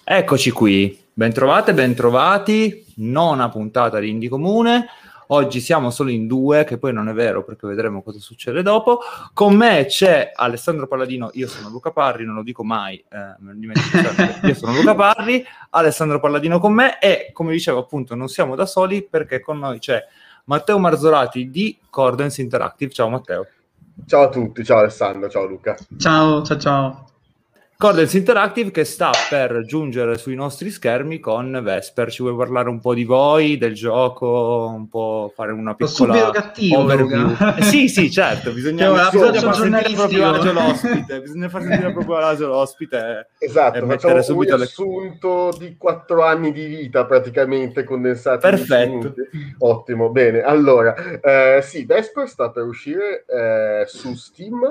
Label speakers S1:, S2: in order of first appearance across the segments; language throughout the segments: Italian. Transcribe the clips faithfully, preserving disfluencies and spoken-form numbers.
S1: Eccoci qui, bentrovate, bentrovati, nona puntata di Indie Comune. Oggi siamo solo in due, che poi non è vero perché vedremo cosa succede dopo. Con me c'è Alessandro Palladino, io sono Luca Parri, non lo dico mai, eh, me lo dimentico sempre, io sono Luca Parri, Alessandro Palladino con me e, come dicevo appunto, non siamo da soli perché con noi c'è Matteo Marzolati di Cordens Interactive. Ciao Matteo.
S2: Ciao a tutti, ciao Alessandro, ciao Luca.
S3: Ciao, ciao, ciao.
S1: Cordens Interactive che sta per giungere sui nostri schermi con Vesper. Ci vuoi parlare un po' di voi, del gioco, un po' fare una piccola
S3: subito cattivo,
S1: overview?
S3: Luca.
S1: Eh, sì, sì, certo, bisogna,
S3: Cioè,
S1: bisogna far sentire proprio
S3: giornalistico.
S1: agio l'ospite, bisogna far sentire proprio agio l'ospite
S2: Esatto,
S1: e
S2: facciamo
S1: mettere
S2: un
S1: subito le...
S2: riassunto di quattro anni di vita praticamente condensati in dieci
S1: Perfetto.
S2: minuti. Ottimo, bene. Allora, eh, sì, Vesper sta per uscire eh, su Steam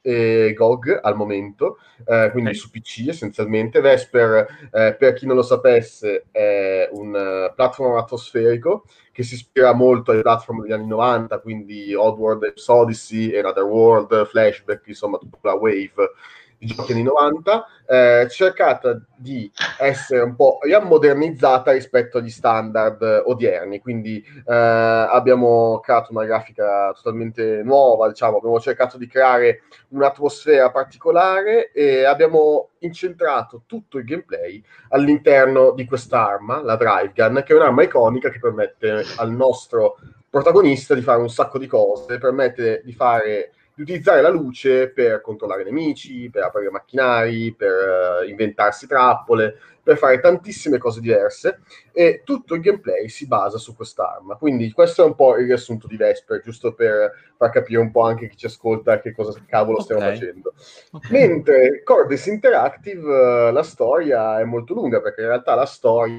S2: e G O G al momento, eh, quindi
S1: Okay.
S2: su P C essenzialmente. Vesper, eh, per chi non lo sapesse, è un uh, platform atmosferico che si ispira molto ai platform degli anni novanta, quindi Oddworld Odyssey, Another World, Flashback, insomma tutta la wave di giochi anni novanta, eh, cercata di essere un po' riammodernizzata rispetto agli standard odierni, quindi eh, abbiamo creato una grafica totalmente nuova, diciamo, abbiamo cercato di creare un'atmosfera particolare e abbiamo incentrato tutto il gameplay all'interno di quest'arma, la Drive Gun, che è un'arma iconica che permette al nostro protagonista di fare un sacco di cose, permette di fare di utilizzare la luce per controllare nemici, per aprire macchinari, per uh, inventarsi trappole, per fare tantissime cose diverse, e tutto il gameplay si basa su quest'arma. Quindi questo è un po' il riassunto di Vesper, giusto per far capire un po' anche chi ci ascolta che cosa cavolo stiamo
S1: Okay.
S2: facendo.
S1: Okay.
S2: Mentre Cordis Interactive, la storia è molto lunga, perché in realtà la storia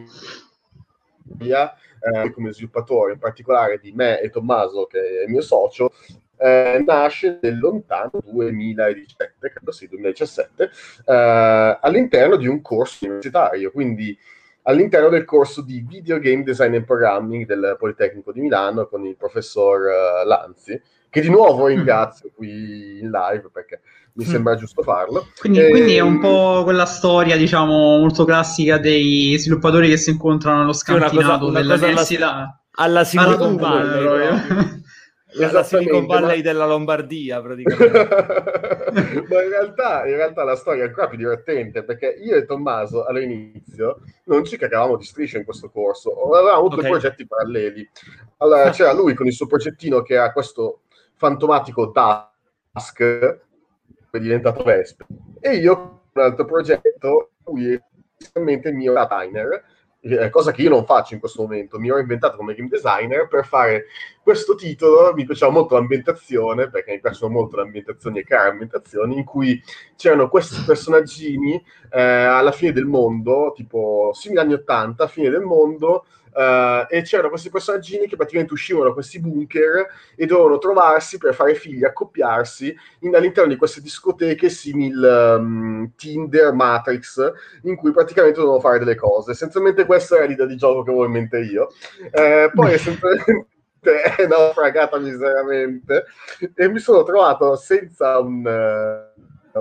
S2: eh, come sviluppatore, in particolare di me e Tommaso, che è il mio socio, eh, nasce nel lontano duemiladiciassette, credo sì, duemiladiciassette, eh, all'interno di un corso universitario, quindi all'interno del corso di Video Game Design and Programming del Politecnico di Milano con il professor uh, Lanzi, che di nuovo ringrazio qui in live perché mi sembra giusto farlo.
S3: Quindi,
S2: e,
S3: quindi è un po' quella storia, diciamo, molto classica dei sviluppatori che si incontrano nello
S1: Sì, una cosa,
S3: scantinato
S1: una cosa alla,
S3: dell'università.
S1: alla Silicon
S3: Alla
S1: Valley proprio. La, la Silicon
S2: Esattamente,
S1: Valley
S2: ma...
S1: della Lombardia praticamente.
S2: ma in realtà, in realtà la storia è ancora più divertente, perché io e Tommaso all'inizio non ci cagavamo di striscia in questo corso, avevamo avuto
S1: Ok.
S2: due progetti paralleli. Allora c'era lui con il suo progettino che era questo fantomatico Dusk, che è diventato Vespa, e io con un altro progetto, lui è inizialmente il mio designer, eh, cosa che io non faccio in questo momento. Mi ho inventato come game designer per fare questo titolo. Mi piaceva molto l'ambientazione, perché mi piacciono molto le ambientazioni e creare ambientazioni in cui c'erano questi personaggini eh, alla fine del mondo, tipo simili anni ottanta, fine del mondo, eh, e c'erano questi personaggini che praticamente uscivano da questi bunker e dovevano trovarsi per fare figli, accoppiarsi in, all'interno di queste discoteche simil um, Tinder, Matrix, in cui praticamente dovevano fare delle cose. Essenzialmente questa era l'idea di gioco che avevo in mente io. Eh, poi essenzialmente è naufragata miseramente e mi sono trovato senza un uh,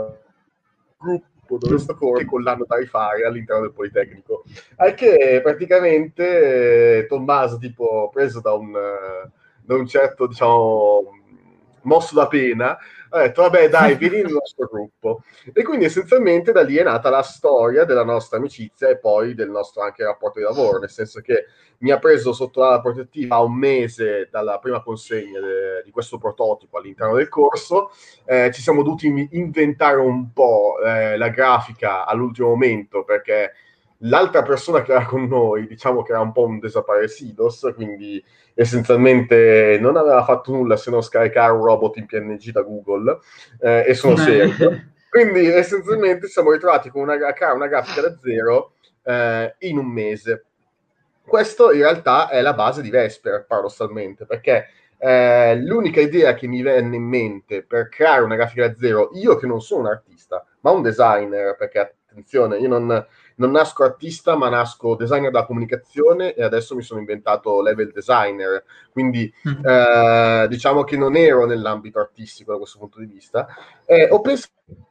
S2: gruppo dove sto correndo con l'anno tariffario all'interno del Politecnico, al che praticamente eh, Tommaso, tipo preso da un, uh, da un certo, diciamo, mosso da pena, ha detto vabbè dai, vieni nel nostro gruppo. E quindi essenzialmente da lì è nata la storia della nostra amicizia e poi del nostro anche rapporto di lavoro, nel senso che mi ha preso sotto la protettiva a un mese dalla prima consegna de, di questo prototipo all'interno del corso. Eh, ci siamo dovuti inventare un po' eh, la grafica all'ultimo momento, perché l'altra persona che era con noi, diciamo che era un po' un desaparecidos, quindi essenzialmente non aveva fatto nulla se non scaricare un robot in P N G da Google, eh, e sono serio. Quindi essenzialmente siamo ritrovati con una, una grafica da zero eh, in un mese. Questo in realtà è la base di Vesper, paradossalmente, perché eh, l'unica idea che mi venne in mente per creare una grafica da zero, io che non sono un artista, ma un designer, perché attenzione, io non, non nasco artista, ma nasco designer della comunicazione e adesso mi sono inventato level designer, quindi eh, diciamo che non ero nell'ambito artistico da questo punto di vista. Eh, ho pensato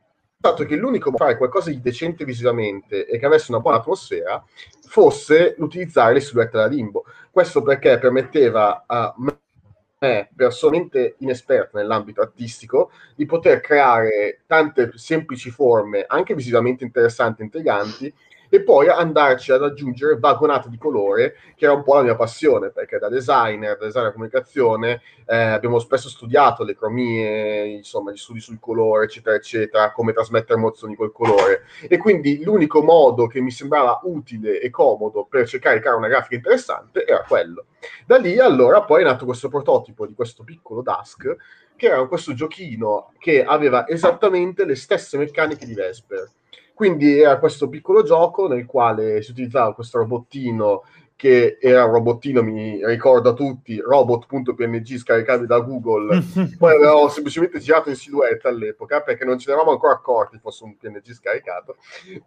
S2: che l'unico modo di fare qualcosa di decente visivamente e che avesse una buona atmosfera fosse l'utilizzare le silhouette da Limbo. Questo perché permetteva a me, personalmente inesperto nell'ambito artistico, di poter creare tante semplici forme, anche visivamente interessanti e intriganti, e poi andarci ad aggiungere vagonate di colore, che era un po' la mia passione, perché da designer, da designer comunicazione, eh, abbiamo spesso studiato le cromie, insomma, gli studi sul colore, eccetera, eccetera, come trasmettere emozioni col colore. E quindi l'unico modo che mi sembrava utile e comodo per cercare di creare una grafica interessante era quello. Da lì, allora, poi è nato questo prototipo di questo piccolo Dusk, che era questo giochino che aveva esattamente le stesse meccaniche di Vesper. Quindi era questo piccolo gioco nel quale si utilizzava questo robottino, che era un robottino, mi ricordo a tutti, robot punto p n g scaricabile da Google. Poi avevamo semplicemente girato in silhouette all'epoca, perché non ci eravamo ancora accorti fosse un P N G scaricato.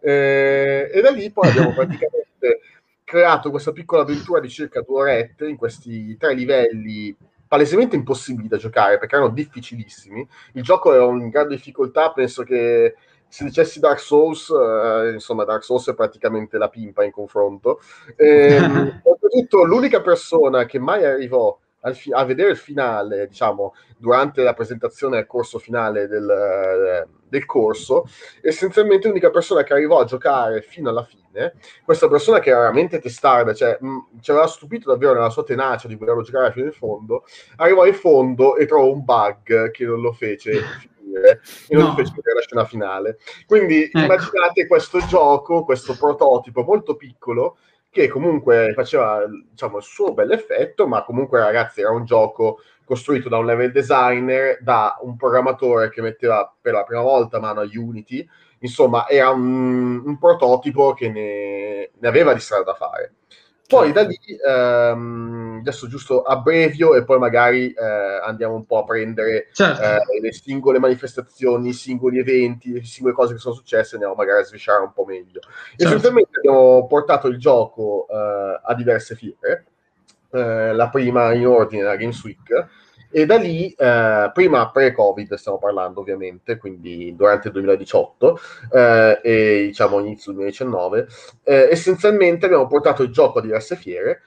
S2: Eh, e da lì poi abbiamo praticamente creato questa piccola avventura di circa due orette, in questi tre livelli palesemente impossibili da giocare, perché erano difficilissimi. Il gioco era in grande difficoltà, penso che se dicessi Dark Souls, eh, insomma Dark Souls è praticamente la pimpa in confronto. Ehm, oltretutto l'unica persona che mai arrivò al fi- a vedere il finale, diciamo, durante la presentazione al corso finale del, del corso, essenzialmente l'unica persona che arrivò a giocare fino alla fine, questa persona che era veramente testarda, cioè mh, ci aveva stupito davvero nella sua tenacia di volerlo giocare fino in fondo, arrivò in fondo e trovò un bug che non lo fece finire e non
S3: No.
S2: gli fece vedere la scena finale. Quindi
S3: Ecco.
S2: immaginate questo gioco, questo prototipo molto piccolo, che comunque faceva, diciamo, il suo bel effetto, ma comunque, ragazzi, era un gioco costruito da un level designer, da un programmatore che metteva per la prima volta mano a Unity. Insomma, era un, un prototipo che ne, ne aveva di strada da fare. Poi da lì, ehm, adesso giusto abbrevio e poi magari eh, andiamo un po' a prendere
S3: Certo.
S2: eh, le singole manifestazioni, i singoli eventi, le singole cose che sono successe, andiamo magari a sviscerare un po' meglio.
S3: Certo.
S2: Essenzialmente abbiamo portato il gioco eh, a diverse fiere, eh, la prima in ordine la Games Week, e da lì, eh, prima pre-Covid stiamo parlando ovviamente, quindi durante il duemiladiciotto eh, e diciamo inizio duemiladiciannove, eh, essenzialmente abbiamo portato il gioco a diverse fiere,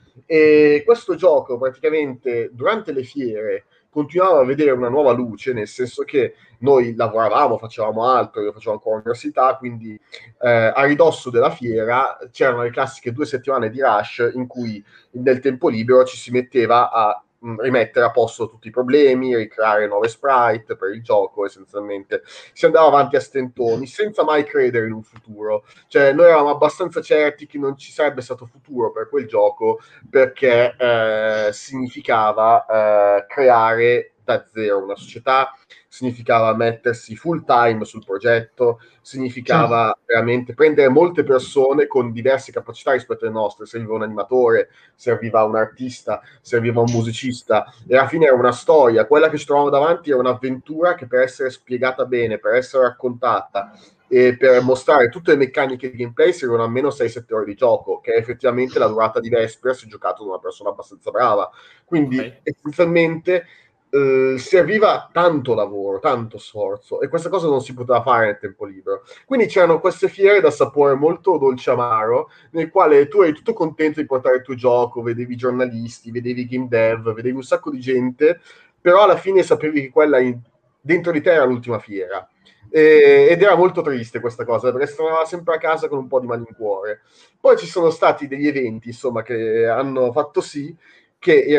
S2: e questo gioco praticamente durante le fiere continuava a vedere una nuova luce, nel senso che noi lavoravamo, facevamo altro, io facevo ancora università, quindi eh, a ridosso della fiera c'erano le classiche due settimane di rush in cui nel tempo libero ci si metteva a rimettere a posto tutti i problemi, ricreare nuove sprite per il gioco. Essenzialmente si andava avanti a stentoni senza mai credere in un futuro, cioè noi eravamo abbastanza certi che non ci sarebbe stato futuro per quel gioco, perché eh, significava eh, creare da zero una società, significava mettersi full time sul progetto, significava certo. veramente prendere molte persone con diverse capacità rispetto alle nostre. Serviva un animatore, serviva un artista, serviva un musicista, e alla fine era una storia. Quella che ci trovavamo davanti era un'avventura che, per essere spiegata bene, per essere raccontata e per mostrare tutte le meccaniche di gameplay, servivano almeno sei sette ore di gioco, che è effettivamente la durata di Vesper se giocato da una persona abbastanza brava. Quindi okay. essenzialmente Uh, serviva tanto lavoro, tanto sforzo, e questa cosa non si poteva fare nel tempo libero. Quindi c'erano queste fiere da sapore molto dolce amaro, nel quale tu eri tutto contento di portare il tuo gioco, vedevi i giornalisti, vedevi i game dev, vedevi un sacco di gente, però alla fine sapevi che quella in... dentro di te era l'ultima fiera. E... ed era molto triste questa cosa, perché si trovava sempre a casa con un po' di malincuore. Poi ci sono stati degli eventi, insomma, che hanno fatto sì che in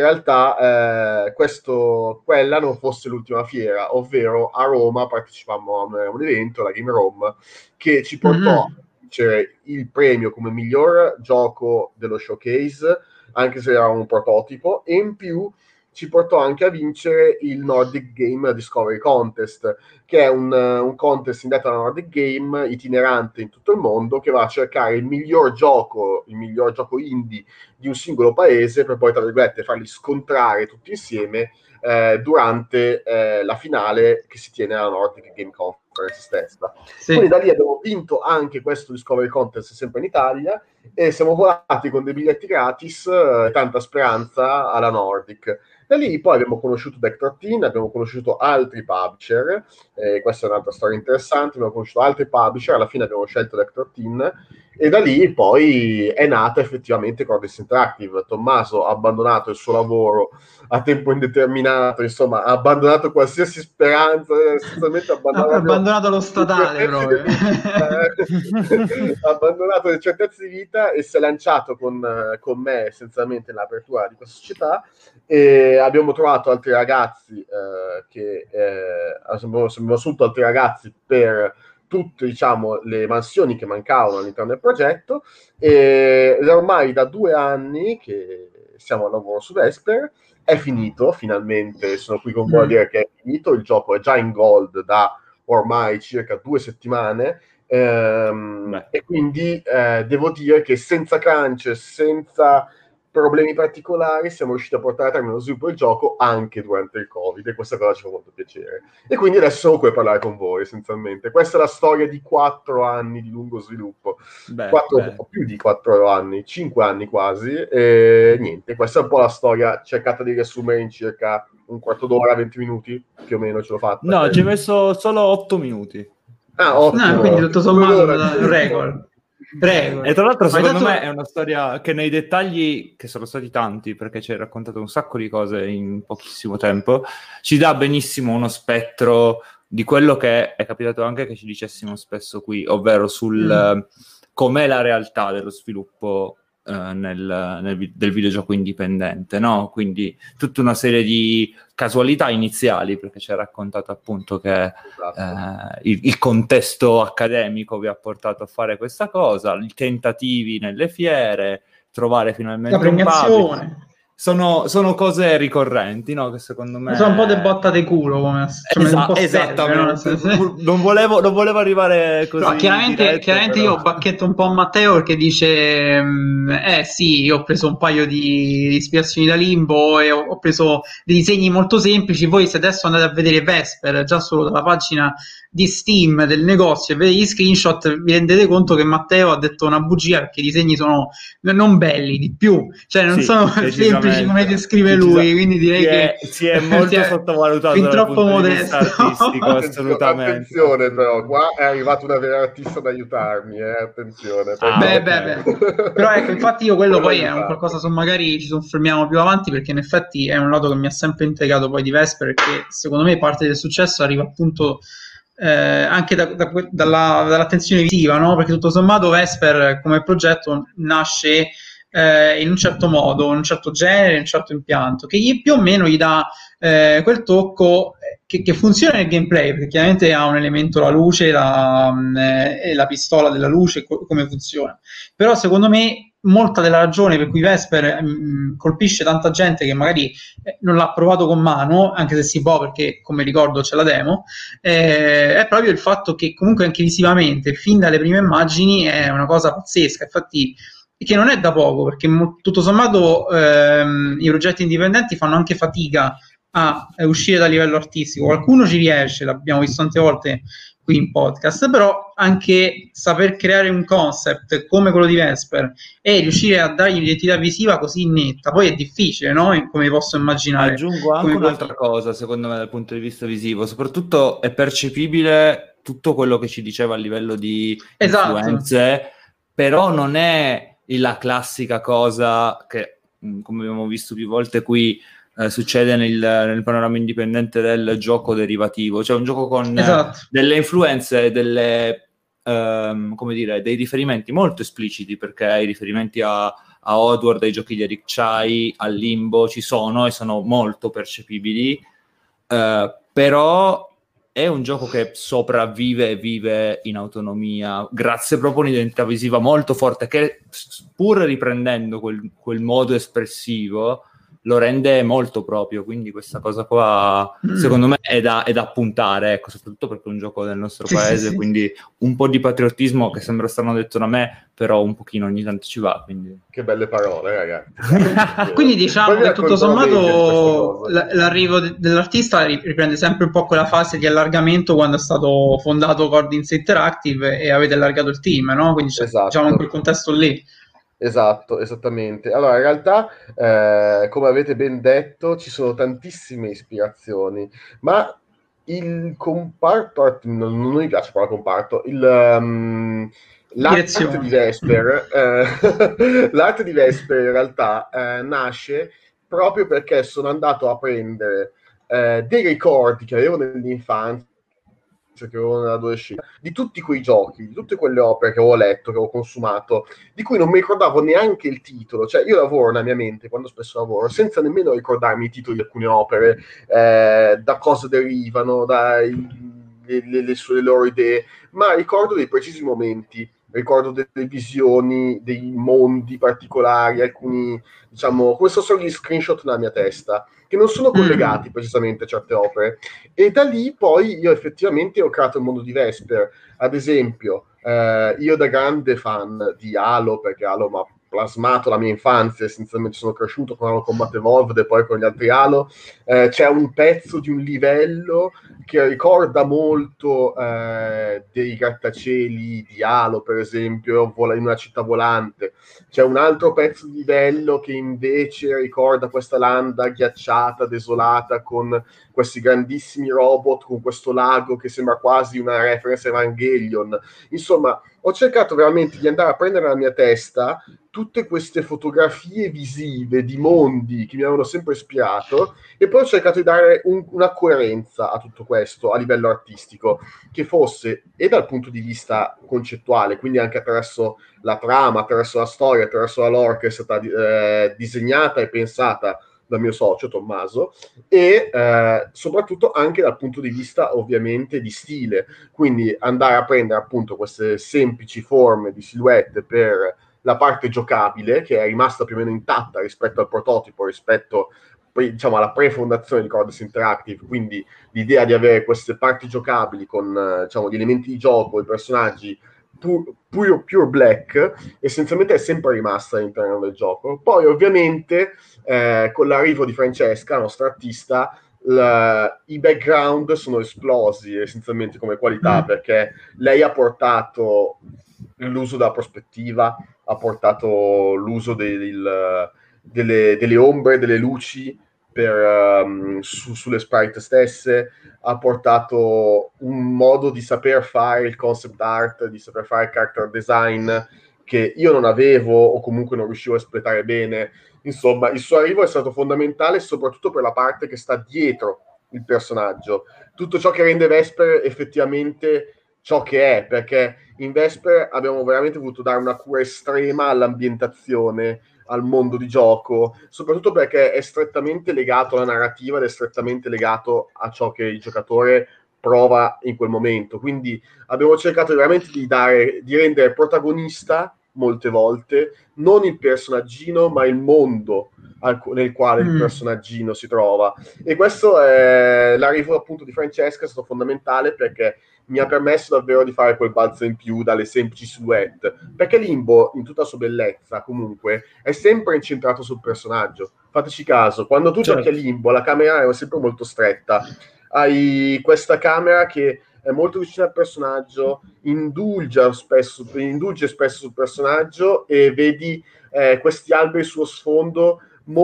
S2: realtà eh, questo, quella non fosse l'ultima fiera, ovvero a Roma partecipammo a un evento, la Game Rome, che ci portò mm-hmm. a vincere il premio come miglior gioco dello showcase, anche se era un prototipo, e in più ci portò anche a vincere il Nordic Game Discovery Contest, che è un, un contest indetto alla Nordic Game, itinerante in tutto il mondo, che va a cercare il miglior gioco, il miglior gioco indie di un singolo paese, per poi, tra virgolette, farli scontrare tutti insieme eh, durante eh, la finale che si tiene alla Nordic Game Conference stessa. Sì. Quindi da lì abbiamo vinto anche questo Discovery Contest, sempre in Italia, e siamo volati con dei biglietti gratis, eh, tanta speranza alla Nordic. Da lì poi abbiamo conosciuto Deck tredici, abbiamo conosciuto altri publisher, eh, questa è un'altra storia interessante, abbiamo conosciuto altri publisher, alla fine abbiamo scelto Deck tredici, e da lì poi è nata effettivamente Cordis Interactive. Tommaso ha abbandonato il suo lavoro a tempo indeterminato, insomma, ha abbandonato qualsiasi speranza, essenzialmente
S3: ha abbandonato lo statale proprio.
S2: Ha abbandonato le certezze di vita e si è lanciato con, con me essenzialmente nell'apertura di questa società, e abbiamo trovato altri ragazzi eh, che eh, abbiamo, abbiamo assunto altri ragazzi per tutte, diciamo, le mansioni che mancavano all'interno del progetto, e ormai da due anni che siamo al lavoro su Vesper. È finito, finalmente sono qui con voi a dire che è finito, il gioco è già in gold da ormai circa due settimane, ehm, e quindi eh, devo dire che senza crunch, senza problemi particolari, siamo riusciti a portare a termine lo sviluppo del gioco anche durante il Covid, e questa cosa ci fa molto piacere. E quindi adesso sono qui a parlare con voi, essenzialmente. Questa è la storia di quattro anni di lungo sviluppo, beh, quattro, beh. o più di quattro anni, cinque anni quasi, e niente, questa è un po' la storia cercata di riassumere in circa un quarto d'ora, venti minuti, più o meno ce l'ho fatta.
S1: No, ci ho messo solo otto minuti.
S2: Ah, otto.
S3: No, quindi tutto sommato il record. Prego.
S1: E tra l'altro,
S3: Ma
S1: secondo
S3: intanto...
S1: me è una storia che nei dettagli, che sono stati tanti, perché ci hai raccontato un sacco di cose in pochissimo tempo, ci dà benissimo uno spettro di quello che è capitato anche che ci dicessimo spesso qui, ovvero sul mm. com'è la realtà dello sviluppo eh, nel, nel, del videogioco indipendente, no? Quindi tutta una serie di casualità iniziali, perché ci ha raccontato appunto che esatto. eh, il, il contesto accademico vi ha portato a fare questa cosa, i tentativi nelle fiere, trovare finalmente
S3: la premiazione.
S1: Un sono, sono cose ricorrenti, no? Che secondo me
S3: sono un po' de botta de culo, come cioè,
S1: Esa-
S3: un po'
S1: esattamente.
S3: Serve, no?
S1: non, volevo, non volevo arrivare così.
S3: No, chiaramente
S1: diretto,
S3: chiaramente
S1: però...
S3: io bacchetto un po' a Matteo, perché dice eh sì, io ho preso un paio di, di ispirazioni da Limbo e ho, ho preso dei disegni molto semplici. Voi se adesso andate a vedere Vesper già solo dalla pagina di Steam del negozio e vedete gli screenshot, vi rendete conto che Matteo ha detto una bugia, perché i disegni sono non belli, di più, cioè non sì, sono semplici come descrive lui, quindi direi
S1: si
S3: che
S1: è, si è molto è sottovalutato
S3: fin troppo modesto.
S1: Artistico, assolutamente.
S2: Attenzione però, qua è arrivata una vera artista ad aiutarmi, eh? Attenzione.
S3: Ah, beh, okay. beh, beh. Però ecco, infatti io quello poi è un qualcosa su, magari ci soffermiamo più avanti, perché in effetti è un lato che mi ha sempre intrigato poi di Vesper, perché secondo me parte del successo arriva appunto Eh, anche da, da, dalla, dall'attenzione visiva, no? Perché tutto sommato Vesper come progetto nasce eh, in un certo modo, in un certo genere, in un certo impianto, che gli, più o meno gli dà eh, quel tocco che, che funziona nel gameplay, perché chiaramente ha un elemento, la luce la, eh, e la pistola della luce, co- come funziona. Però secondo me molta della ragione per cui Vesper mh, colpisce tanta gente che magari eh, non l'ha provato con mano, anche se si può, perché come ricordo c'è la demo, eh, è proprio il fatto che comunque anche visivamente, fin dalle prime immagini, è una cosa pazzesca. Infatti, che non è da poco, perché mo- tutto sommato ehm, i progetti indipendenti fanno anche fatica a, a uscire dal livello artistico. Qualcuno ci riesce, l'abbiamo visto tante volte qui in podcast, però anche saper creare un concept come quello di Vesper e riuscire a dargli un'identità visiva così netta, poi è difficile, no? Come posso immaginare.
S1: Aggiungo anche come un'altra poi... cosa, secondo me, dal punto di vista visivo, soprattutto è percepibile tutto quello che ci diceva a livello di esatto. influenze, però non è la classica cosa che, come abbiamo visto più volte qui, Eh, succede nel, nel panorama indipendente del gioco derivativo, cioè un gioco con
S3: esatto.
S1: eh, delle influenze, delle, ehm, come dire, dei riferimenti molto espliciti, perché i riferimenti a, a Oddworld, ai giochi di Eric Chai, al Limbo ci sono e sono molto percepibili, eh, però è un gioco che sopravvive e vive in autonomia grazie proprio a un'identità visiva molto forte, che pur riprendendo quel, quel modo espressivo lo rende molto proprio, quindi questa cosa qua mm. secondo me è da, è da puntare, ecco, soprattutto perché è un gioco del nostro sì, paese, sì, quindi sì. un po' di patriottismo, che sembra strano detto da me, però un pochino ogni tanto ci va, quindi...
S2: Che belle parole, ragazzi.
S3: Quindi diciamo che tutto sommato l- l'arrivo de- dell'artista riprende sempre un po' quella fase di allargamento quando è stato fondato Cordis Interactive e avete allargato il team, no? Quindi esatto. diciamo in quel contesto lì.
S2: Esatto, esattamente. Allora, in realtà, eh, come avete ben detto, ci sono tantissime ispirazioni, ma il comparto, art- non, non mi piace parlare comparto, il, um, l'arte di
S3: Direzione.
S2: Vesper, eh, l'arte di Vesper in realtà eh, nasce proprio perché sono andato a prendere eh, dei ricordi che avevo nell'infanzia, che avevo nell'adolescenza, di tutti quei giochi, di tutte quelle opere che avevo letto, che avevo consumato, di cui non mi ricordavo neanche il titolo. Cioè, io lavoro nella mia mente, quando spesso lavoro, senza nemmeno ricordarmi i titoli di alcune opere, eh, da cosa derivano, dai, le, le, le, sue, le loro idee, ma ricordo dei precisi momenti, ricordo delle visioni, dei mondi particolari, alcuni, diciamo, come se fossero gli screenshot nella mia testa, che non sono collegati
S3: Mm.
S2: precisamente a certe opere. E da lì poi io effettivamente ho creato il mondo di Vesper. Ad esempio, eh, io da grande fan di Halo, perché Halo mi ha plasmato la mia infanzia, essenzialmente sono cresciuto con Halo Combat Evolved e poi con gli altri Halo, eh, c'è un pezzo di un livello che ricorda molto eh, dei grattacieli di Halo, per esempio, in una città volante. C'è un altro pezzo di livello che invece ricorda questa landa ghiacciata, desolata, con questi grandissimi robot, con questo lago che sembra quasi una reference Evangelion. Insomma, ho cercato veramente di andare a prendere nella mia testa tutte queste fotografie visive di mondi che mi avevano sempre ispirato e poi ho cercato di dare un, una coerenza a tutto questo a livello artistico, che fosse, e dal punto di vista concettuale, quindi anche attraverso la trama, attraverso la storia, attraverso la lore che è stata eh, disegnata e pensata dal mio socio Tommaso, e eh, soprattutto anche dal punto di vista ovviamente di stile, quindi andare a prendere appunto queste semplici forme di silhouette per la parte giocabile, che è rimasta più o meno intatta rispetto al prototipo, rispetto diciamo alla pre-fondazione di Cordes Interactive, quindi l'idea di avere queste parti giocabili con diciamo gli elementi di gioco, i personaggi pure, pure, pure black, essenzialmente è sempre rimasta all'interno del gioco. Poi ovviamente eh, con l'arrivo di Francesca, la nostra artista, la, i background sono esplosi essenzialmente come qualità,
S3: Mm.
S2: perché lei ha portato l'uso della prospettiva, ha portato l'uso del, delle, delle ombre, delle luci per, um, su, sulle sprite stesse, ha portato un modo di saper fare il concept art, di saper fare il character design che io non avevo o comunque non riuscivo a espletare bene. Insomma, il suo arrivo è stato fondamentale soprattutto per la parte che sta dietro il personaggio, tutto ciò che rende Vesper effettivamente ciò che è, perché in Vesper abbiamo veramente voluto dare una cura estrema all'ambientazione, al mondo di gioco, soprattutto perché è strettamente legato alla narrativa ed è strettamente legato a ciò che il giocatore prova in quel momento. Quindi abbiamo cercato veramente di dare, di rendere protagonista molte volte non il personaggino, ma il mondo nel quale mm. il personaggino si trova. E questo è l'arrivo appunto di Francesca, è stato fondamentale perché mi ha permesso davvero di fare quel balzo in più dalle semplici silhouette, perché Limbo in tutta la sua bellezza comunque è sempre incentrato sul personaggio. Fateci caso, quando tu certo. giochi a Limbo la camera è sempre molto stretta, hai questa camera che è molto vicina al personaggio, indulge spesso, indulge spesso sul personaggio e vedi eh, questi alberi sullo sfondo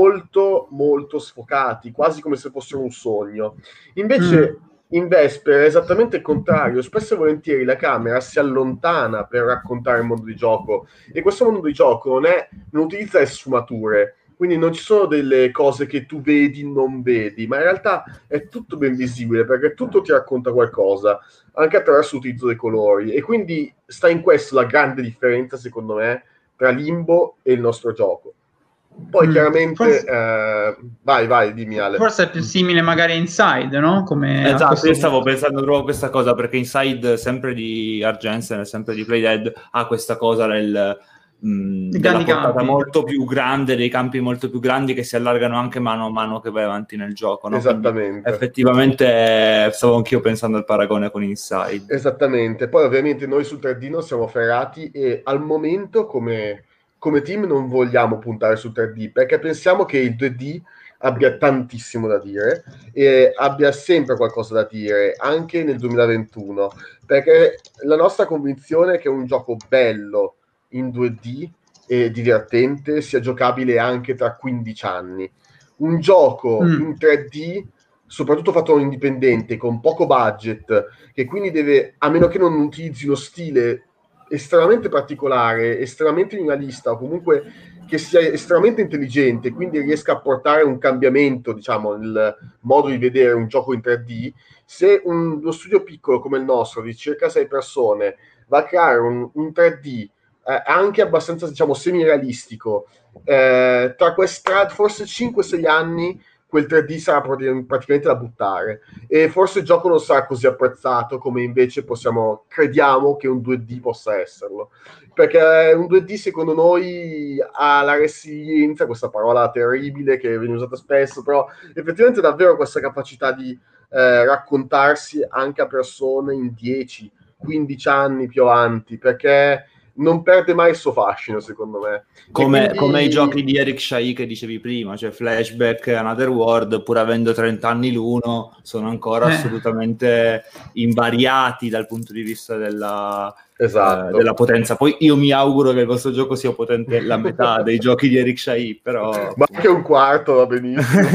S2: molto molto sfocati, quasi come se fossero un sogno. Invece mm. in Vesper è esattamente il contrario, spesso e volentieri la camera si allontana per raccontare il mondo di gioco e questo mondo di gioco non, è, non utilizza le sfumature, quindi non ci sono delle cose che tu vedi non vedi, ma in realtà è tutto ben visibile perché tutto ti racconta qualcosa, anche attraverso l'utilizzo dei colori, e quindi sta in questo la grande differenza secondo me tra Limbo e il nostro gioco. Poi mm. chiaramente forse, eh, vai vai dimmi Ale.
S3: Forse è più simile magari a Inside, no? Come
S1: esatto, io stavo punto. pensando proprio a questa cosa perché Inside, sempre di Argensen, sempre di Playdead, ha questa cosa del mh, della portata campi. molto più grande, dei campi molto più grandi che si allargano anche mano a mano che vai avanti nel gioco, no?
S2: Esattamente.
S1: Quindi, effettivamente stavo anch'io pensando al paragone con Inside.
S2: Esattamente, poi ovviamente noi sul tre D non siamo ferrati e al momento come come team non vogliamo puntare sul tre D perché pensiamo che il due D abbia tantissimo da dire e abbia sempre qualcosa da dire anche nel duemilaventuno, perché la nostra convinzione è che un gioco bello in due D e divertente sia giocabile anche tra quindici anni. Un gioco mm. in tre D, soprattutto fatto indipendente, con poco budget, che quindi deve, a meno che non utilizzi uno stile estremamente particolare, estremamente minimalista, o comunque che sia estremamente intelligente, quindi riesca a portare un cambiamento, diciamo, nel modo di vedere un gioco in tre D. Se un, uno studio piccolo come il nostro, di circa sei persone, va a creare un, un tre D eh, anche abbastanza, diciamo, semi-realistico, eh, tra questa, forse cinque sei anni, quel tre D sarà praticamente da buttare, e forse il gioco non sarà così apprezzato come invece possiamo, crediamo che un due D possa esserlo, perché un due D secondo noi ha la resilienza, questa parola terribile che viene usata spesso, però effettivamente davvero questa capacità di eh, raccontarsi anche a persone in dieci quindici anni più avanti, perché non perde mai il suo fascino, secondo me.
S1: Come,
S2: quindi...
S1: come i giochi di Eric Chahi che dicevi prima, cioè Flashback e Another World, pur avendo trenta anni l'uno, sono ancora eh. assolutamente invariati dal punto di vista della,
S2: esatto.
S1: eh, della potenza. Poi io mi auguro che il vostro gioco sia potente la metà dei giochi di Eric Chahi, però...
S2: Ma anche un quarto va benissimo.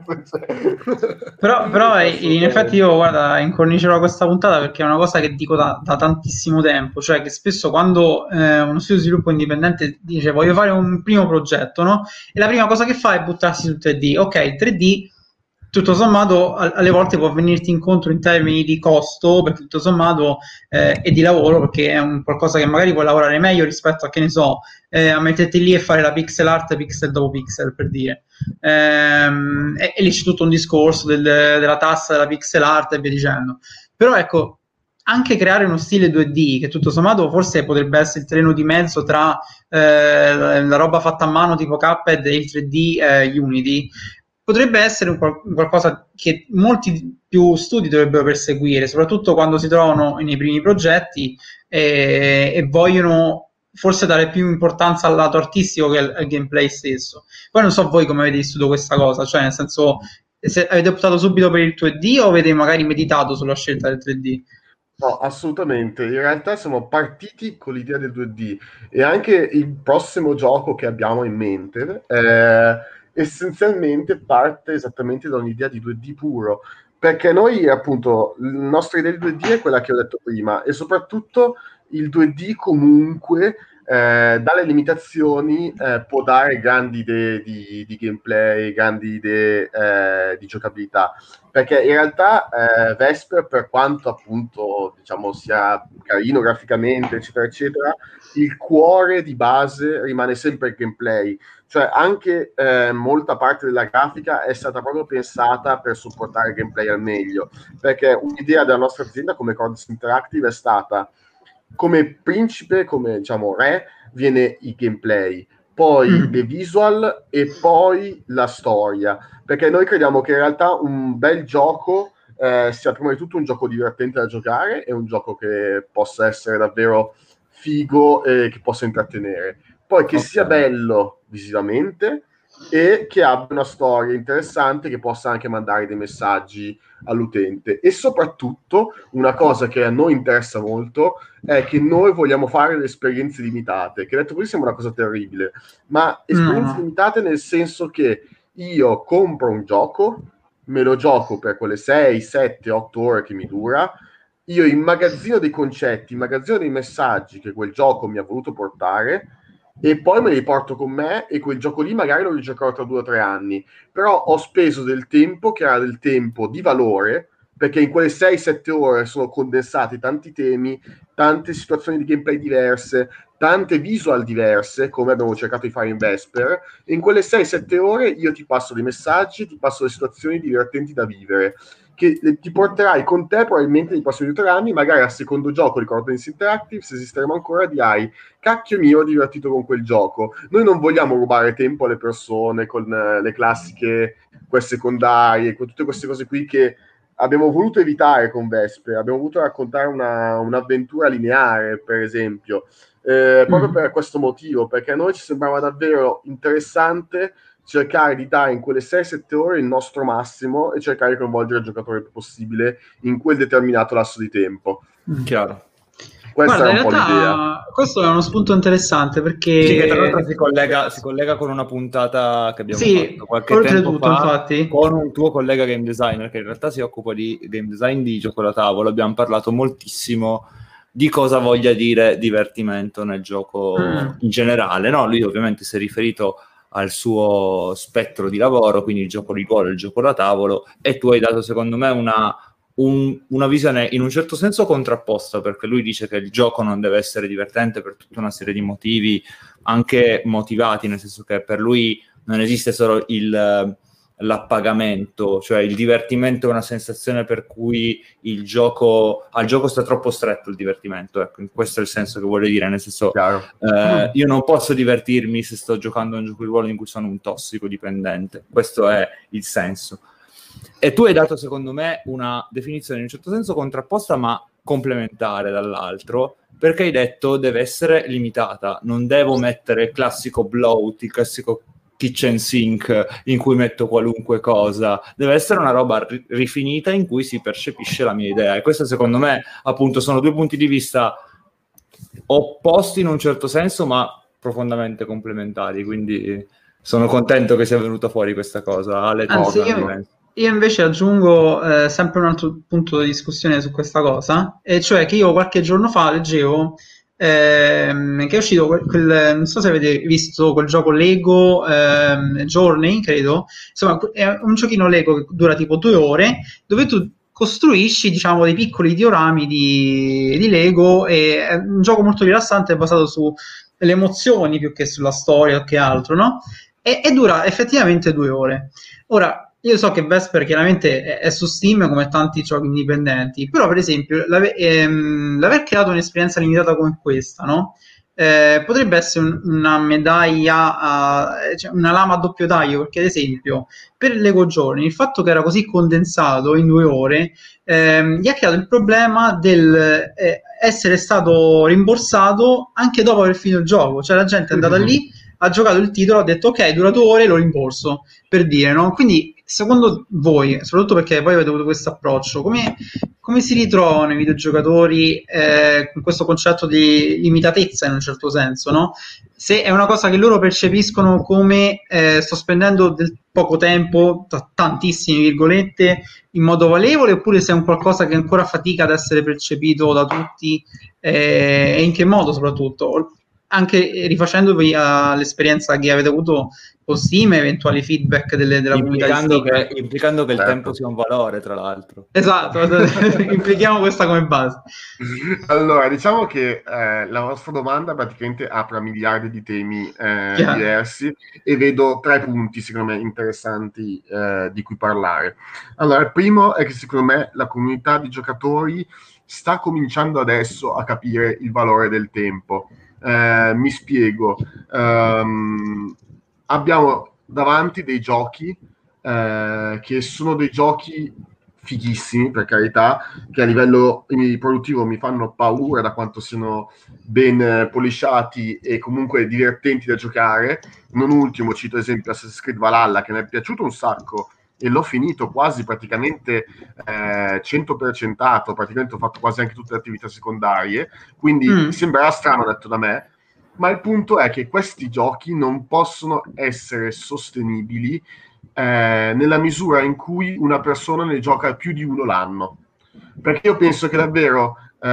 S3: però, però in effetti io, guarda, incornicerò questa puntata perché è una cosa che dico da, da tantissimo tempo, cioè che spesso quando eh, uno studio di sviluppo indipendente dice voglio fare un primo progetto, no? E la prima cosa che fa è buttarsi sul tre D. Ok, il tre D tutto sommato alle volte può venirti incontro in termini di costo, perché tutto sommato eh, e di lavoro, perché è un qualcosa che magari puoi lavorare meglio rispetto a, che ne so, eh, a metterti lì e fare la pixel art pixel dopo pixel, per dire. Ehm, e, e lì c'è tutto un discorso del, della tassa della pixel art e via dicendo. Però ecco, anche creare uno stile due D, che tutto sommato forse potrebbe essere il treno di mezzo tra eh, la roba fatta a mano tipo Cuphead e il tre D eh, Unity, potrebbe essere un, qual- un qualcosa che molti più studi dovrebbero perseguire, soprattutto quando si trovano nei primi progetti e, e vogliono forse dare più importanza al lato artistico che al, al gameplay stesso. Poi non so voi come avete vissuto questa cosa, cioè nel senso, se avete optato subito per il due D o avete magari meditato sulla scelta del tre D?
S2: No, assolutamente. In realtà siamo partiti con l'idea del due D, e anche il prossimo gioco che abbiamo in mente eh, essenzialmente parte esattamente da un'idea di due D puro, perché noi appunto la nostra idea di due D è quella che ho detto prima, e soprattutto il due D comunque eh, dalle limitazioni eh, può dare grandi idee di, di gameplay, grandi idee eh, di giocabilità, perché in realtà eh, Vesper, per quanto appunto diciamo sia carino graficamente eccetera eccetera, il cuore di base rimane sempre il gameplay, cioè anche eh, molta parte della grafica è stata proprio pensata per supportare il gameplay al meglio, perché un'idea della nostra azienda come Codex Interactive è stata come principe, come diciamo re, viene il gameplay, poi mm. le visual e poi la storia, perché noi crediamo che in realtà un bel gioco eh, sia prima di tutto un gioco divertente da giocare e un gioco che possa essere davvero figo e che possa intrattenere, poi che okay. sia bello visivamente e che abbia una storia interessante che possa anche mandare dei messaggi all'utente. E soprattutto una cosa che a noi interessa molto è che noi vogliamo fare le esperienze limitate, che detto così sembra una cosa terribile, ma esperienze mm. limitate nel senso che io compro un gioco, me lo gioco per quelle sei, sette, otto ore che mi dura, io immagazzino dei concetti, immagazzino dei messaggi che quel gioco mi ha voluto portare, e poi me li porto con me, e quel gioco lì magari lo rigiocherò tra due o tre anni, però ho speso del tempo che era del tempo di valore, perché in quelle sei sette ore sono condensati tanti temi, tante situazioni di gameplay diverse, tante visual diverse, come abbiamo cercato di fare in Vesper, e in quelle sei sette ore io ti passo dei messaggi, ti passo le situazioni divertenti da vivere, che ti porterai con te probabilmente nei prossimi due o tre anni, magari al secondo gioco di Coordinates Interactive, se esisteremo ancora, dirai cacchio mio, ho divertito con quel gioco. Noi non vogliamo rubare tempo alle persone con uh, le classiche queste secondarie, con tutte queste cose qui che abbiamo voluto evitare con Vesper. Abbiamo voluto raccontare una, un'avventura lineare, per esempio, eh, proprio mm. per questo motivo, perché a noi ci sembrava davvero interessante cercare di dare in quelle sei sette ore il nostro massimo e cercare di coinvolgere il giocatore il più possibile in quel determinato lasso di tempo.
S1: Chiaro.
S2: Questa
S3: Guarda,
S2: è un
S3: in
S2: po' l'idea.
S3: realtà questo è uno spunto interessante perché...
S1: Sì, che tra l'altro si collega, si collega con una puntata che abbiamo
S3: Sì,
S1: fatto qualche tempo
S3: oltretutto,
S1: fa
S3: infatti.
S1: con un tuo collega game designer che in realtà si occupa di game design di gioco da tavolo. Abbiamo parlato moltissimo di cosa voglia dire divertimento nel gioco
S3: Mm.
S1: in generale, no? Lui ovviamente si è riferito al suo spettro di lavoro, quindi il gioco di ruolo e il gioco da tavolo, e tu hai dato secondo me una, un, una visione in un certo senso contrapposta, perché lui dice che il gioco non deve essere divertente per tutta una serie di motivi, anche motivati, nel senso che per lui non esiste solo il... l'appagamento, cioè il divertimento è una sensazione per cui il gioco al gioco sta troppo stretto il divertimento, ecco, questo è il senso che vuole dire, nel senso eh, io non posso divertirmi se sto giocando a un gioco di ruolo in cui sono un tossicodipendente, questo è il senso. E tu hai dato secondo me una definizione in un certo senso contrapposta ma complementare dall'altro, perché hai detto deve essere limitata, non devo mettere il classico bloat, il classico kitchen sink in cui metto qualunque cosa, deve essere una roba ri- rifinita in cui si percepisce la mia idea, e questo secondo me appunto sono due punti di vista opposti in un certo senso ma profondamente complementari, quindi sono contento che sia venuta fuori questa cosa. Ale,
S3: Anzi, io, io invece aggiungo eh, sempre un altro punto di discussione su questa cosa, e cioè che io qualche giorno fa leggevo ehm, che è uscito quel, quel- non so se avete visto quel gioco Lego ehm, Journey, credo, insomma è un giochino Lego che dura tipo due ore, dove tu costruisci, diciamo, dei piccoli diorami di, di Lego, e è un gioco molto rilassante, basato sulle emozioni più che sulla storia o che altro, no? E, e dura effettivamente due ore. Ora, io so che Vesper chiaramente è, è su Steam come tanti giochi indipendenti, però per esempio l'ave- ehm, l'aver creato un'esperienza limitata come questa, no? Eh, potrebbe essere un- una medaglia, a- cioè una lama a doppio taglio, perché ad esempio per Lego Journey il fatto che era così condensato in due ore ehm, gli ha creato il problema del eh, essere stato rimborsato anche dopo aver finito il gioco, cioè la gente è andata lì, ha giocato il titolo, ha detto ok, dura due ore, lo rimborso, per dire, no? Quindi secondo voi, soprattutto perché poi avete avuto questo approccio, come, come si ritrovano i videogiocatori eh, con questo concetto di limitatezza in un certo senso, no? Se è una cosa che loro percepiscono come eh, sto spendendo del poco tempo, t- tantissime virgolette, in modo valevole, oppure se è un qualcosa che ancora fatica ad essere percepito da tutti eh, e in che modo soprattutto? Anche rifacendovi all'esperienza che avete avuto con Steam e eventuali feedback delle, della comunità di
S1: implicando
S3: Steam.
S1: che, implicando che il
S2: Certo.
S1: tempo sia un valore, tra l'altro.
S3: Esatto, implichiamo questa come base.
S2: Allora, diciamo che eh, la vostra domanda praticamente apre a miliardi di temi eh,
S3: Chiaro.
S2: diversi, e vedo tre punti secondo me interessanti eh, di cui parlare. Allora, il primo è che secondo me la comunità di giocatori sta cominciando adesso a capire il valore del tempo. Eh, mi spiego. Ehm, abbiamo davanti dei giochi eh, che sono dei giochi fighissimi, per carità, che a livello eh, produttivo mi fanno paura da quanto siano ben eh, polisciati e comunque divertenti da giocare. Non ultimo cito ad esempio Assassin's Creed Valhalla, che mi è piaciuto un sacco e l'ho finito quasi praticamente eh, cento per centato, praticamente ho fatto quasi anche tutte le attività secondarie, quindi
S3: Mm.
S2: sembrerà strano detto da me, ma il punto è che questi giochi non possono essere sostenibili eh, nella misura in cui una persona ne gioca più di uno l'anno, perché io penso che davvero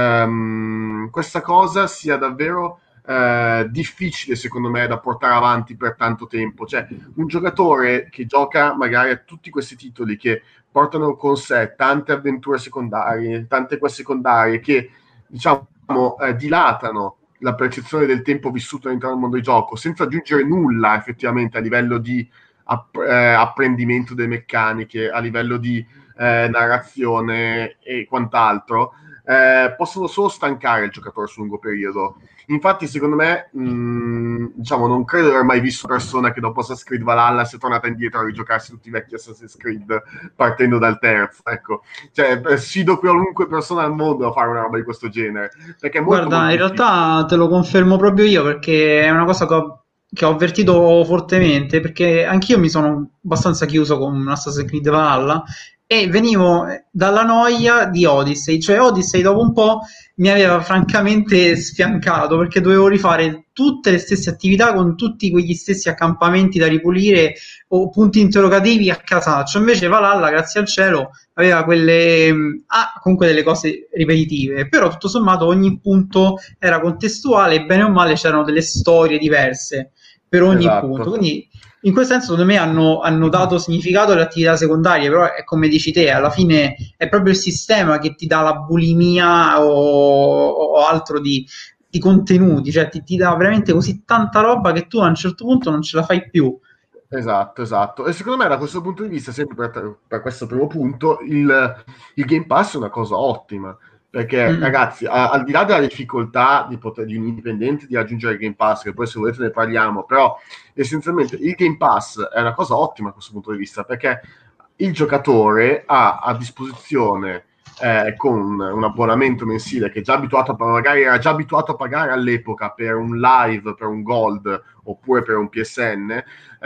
S2: ehm, questa cosa sia davvero eh, difficile secondo me da portare avanti per tanto tempo. Cioè un giocatore che gioca magari a tutti questi titoli che portano con sé tante avventure secondarie, tante quest secondarie che diciamo eh, dilatano la percezione del tempo vissuto all'interno del mondo di gioco senza aggiungere nulla effettivamente a livello di app- eh, apprendimento delle meccaniche, a livello di eh, narrazione e quant'altro, eh, possono solo stancare il giocatore su lungo periodo. Infatti secondo me mh, diciamo non credo di aver mai visto una persona che dopo Assassin's Creed Valhalla sia tornata indietro a rigiocarsi tutti i vecchi Assassin's Creed partendo dal terzo, ecco. Cioè sfido qualunque persona al mondo a fare una roba di questo genere, perché è molto
S3: Guarda,
S2: molto
S3: in
S2: difficile.
S3: realtà te lo confermo proprio io, perché è una cosa che ho, che ho avvertito fortemente, perché anch'io mi sono abbastanza chiuso con Assassin's Creed Valhalla e venivo dalla noia di Odyssey, cioè Odyssey dopo un po' mi aveva francamente sfiancato perché dovevo rifare tutte le stesse attività con tutti quegli stessi accampamenti da ripulire o punti interrogativi a casaccio. Invece Valhalla, grazie al cielo, aveva quelle ah, comunque delle cose ripetitive, però tutto sommato ogni punto era contestuale e bene o male c'erano delle storie diverse per ogni
S2: Esatto.
S3: punto, quindi in quel senso secondo me hanno, hanno dato significato alle attività secondarie, però è come dici te, alla fine è proprio il sistema che ti dà la bulimia o, o altro di, di contenuti, cioè ti, ti dà veramente così tanta roba che tu a un certo punto non ce la fai più.
S2: Esatto, esatto. E secondo me da questo punto di vista, sempre per, per questo primo punto, il, il Game Pass è una cosa ottima. Perché,
S3: Mm.
S2: ragazzi, a, al di là della difficoltà di, poter, di un indipendente di raggiungere il Game Pass, che poi se volete ne parliamo, però essenzialmente il Game Pass è una cosa ottima da questo punto di vista, perché il giocatore ha a disposizione eh, con un abbonamento mensile che è già abituato a, magari era già abituato a pagare all'epoca per un live, per un gold oppure per un P S N,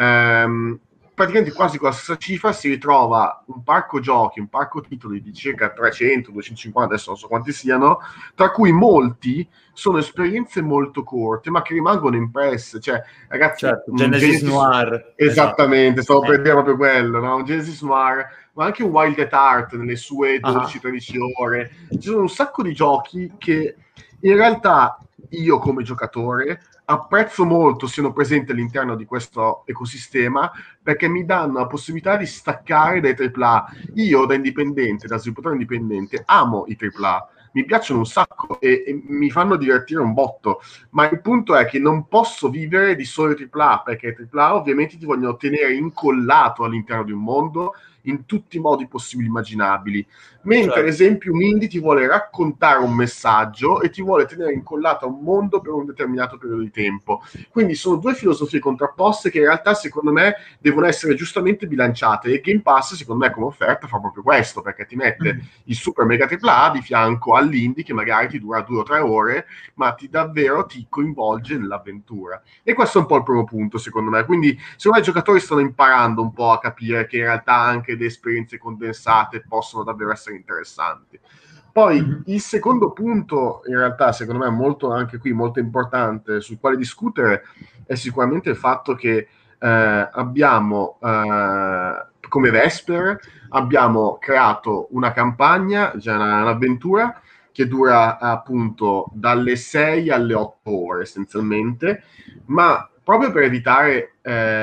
S2: ehm, praticamente quasi con la stessa cifra si ritrova un parco giochi, un parco titoli di circa trecento duecentocinquanta, adesso non so quanti siano, tra cui molti sono esperienze molto corte ma che rimangono impresse, cioè ragazzi,
S1: certo, Genesis, Genesis Noir,
S2: esattamente,
S1: esatto.
S2: stavo per dire proprio quello, no? Genesis Noir, ma anche un Wild at Heart nelle sue dodici tredici ore, ci sono un sacco di giochi che in realtà io come giocatore apprezzo molto siano presenti all'interno di questo ecosistema perché mi danno la possibilità di staccare dai tripla A. Io da indipendente, da sviluppatore indipendente, amo i tripla A, mi piacciono un sacco e, e mi fanno divertire un botto, ma il punto è che non posso vivere di solo tripla A perché i tripla A ovviamente ti vogliono tenere incollato all'interno di un mondo in tutti i modi possibili e immaginabili, mentre certo. ad esempio un indie ti vuole raccontare un messaggio e ti vuole tenere incollato a un mondo per un determinato periodo di tempo. Quindi sono due filosofie contrapposte che in realtà secondo me devono essere giustamente bilanciate, e Game Pass secondo me come offerta fa proprio questo, perché ti mette mm. il super mega tripla A di fianco all'indie che magari ti dura due o tre ore ma ti davvero ti coinvolge nell'avventura, e questo è un po' il primo punto secondo me. Quindi secondo me i giocatori stanno imparando un po' a capire che in realtà anche le esperienze condensate possono davvero essere interessanti. Poi mm-hmm. il secondo punto in realtà secondo me è molto, anche qui molto importante, sul quale discutere, è sicuramente il fatto che eh, abbiamo eh, come Vesper abbiamo creato una campagna, cioè una, un'avventura che dura appunto dalle sei alle otto ore essenzialmente, ma proprio per evitare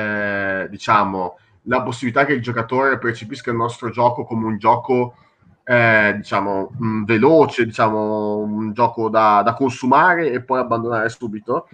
S2: eh, diciamo la possibilità che il giocatore percepisca il nostro gioco come un gioco eh, diciamo mh, veloce, diciamo un gioco da, da consumare e poi abbandonare subito,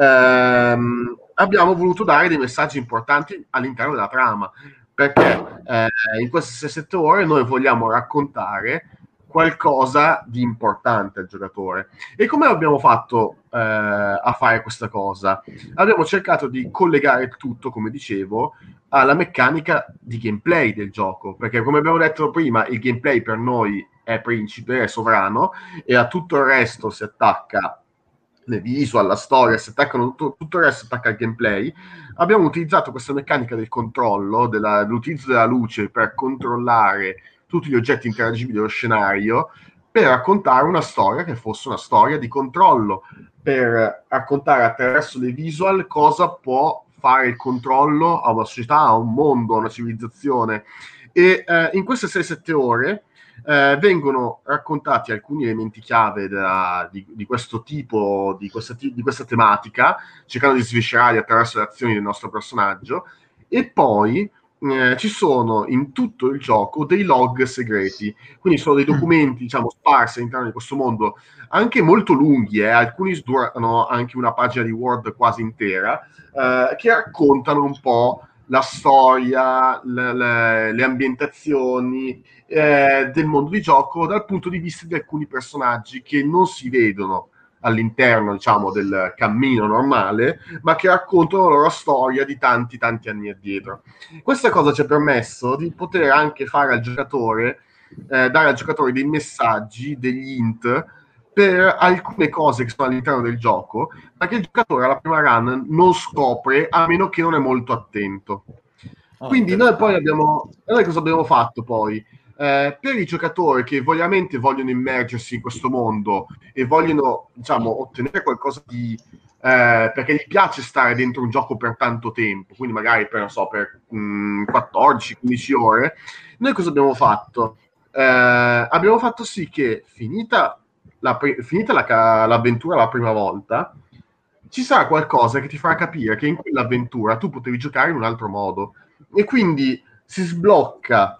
S2: ehm, abbiamo voluto dare dei messaggi importanti all'interno della trama, perché eh, in queste sei sette ore noi vogliamo raccontare qualcosa di importante al giocatore. E come abbiamo fatto eh, a fare questa cosa? Abbiamo cercato di collegare il tutto, come dicevo, alla meccanica di gameplay del gioco, perché come abbiamo detto prima il gameplay per noi è principe, è sovrano, e a tutto il resto si attacca le visual, la storia, si attaccano tutto, tutto il resto si attacca al gameplay. Abbiamo utilizzato questa meccanica del controllo, della, dell'utilizzo della luce per controllare tutti gli oggetti interagibili dello scenario, per raccontare una storia che fosse una storia di controllo, per raccontare attraverso le visual cosa può fare il controllo a una società, a un mondo, a una civilizzazione. E eh, in queste sei sette ore eh, vengono raccontati alcuni elementi chiave della, di, di questo tipo, di questa, di questa tematica, cercando di sviscerarli attraverso le azioni del nostro personaggio, e poi Eh, ci sono in tutto il gioco dei log segreti, quindi sono dei documenti diciamo sparsi all'interno di questo mondo, anche molto lunghi, eh? Alcuni durano anche una pagina di Word quasi intera, eh, che raccontano un po' la storia, le, le, le ambientazioni eh, del mondo di gioco dal punto di vista di alcuni personaggi che non si vedono all'interno, diciamo, del cammino normale, ma che raccontano la loro storia di tanti tanti anni addietro. Questa cosa ci ha permesso di poter anche fare al giocatore, eh, dare al giocatore dei messaggi, degli hint per alcune cose che sono all'interno del gioco, ma che il giocatore alla prima run non scopre a meno che non è molto attento. Oh, quindi noi poi abbiamo, noi cosa abbiamo fatto poi? eh, per i giocatori che veramente vogliono immergersi in questo mondo e vogliono, diciamo, ottenere qualcosa di... Eh, perché gli piace stare dentro un gioco per tanto tempo, quindi magari per, non so, per mh, quattordici quindici ore, noi cosa abbiamo fatto? Eh, abbiamo fatto sì che finita, la, finita la, l'avventura la prima volta, ci sarà qualcosa che ti farà capire che in quell'avventura tu potevi giocare in un altro modo, e quindi si sblocca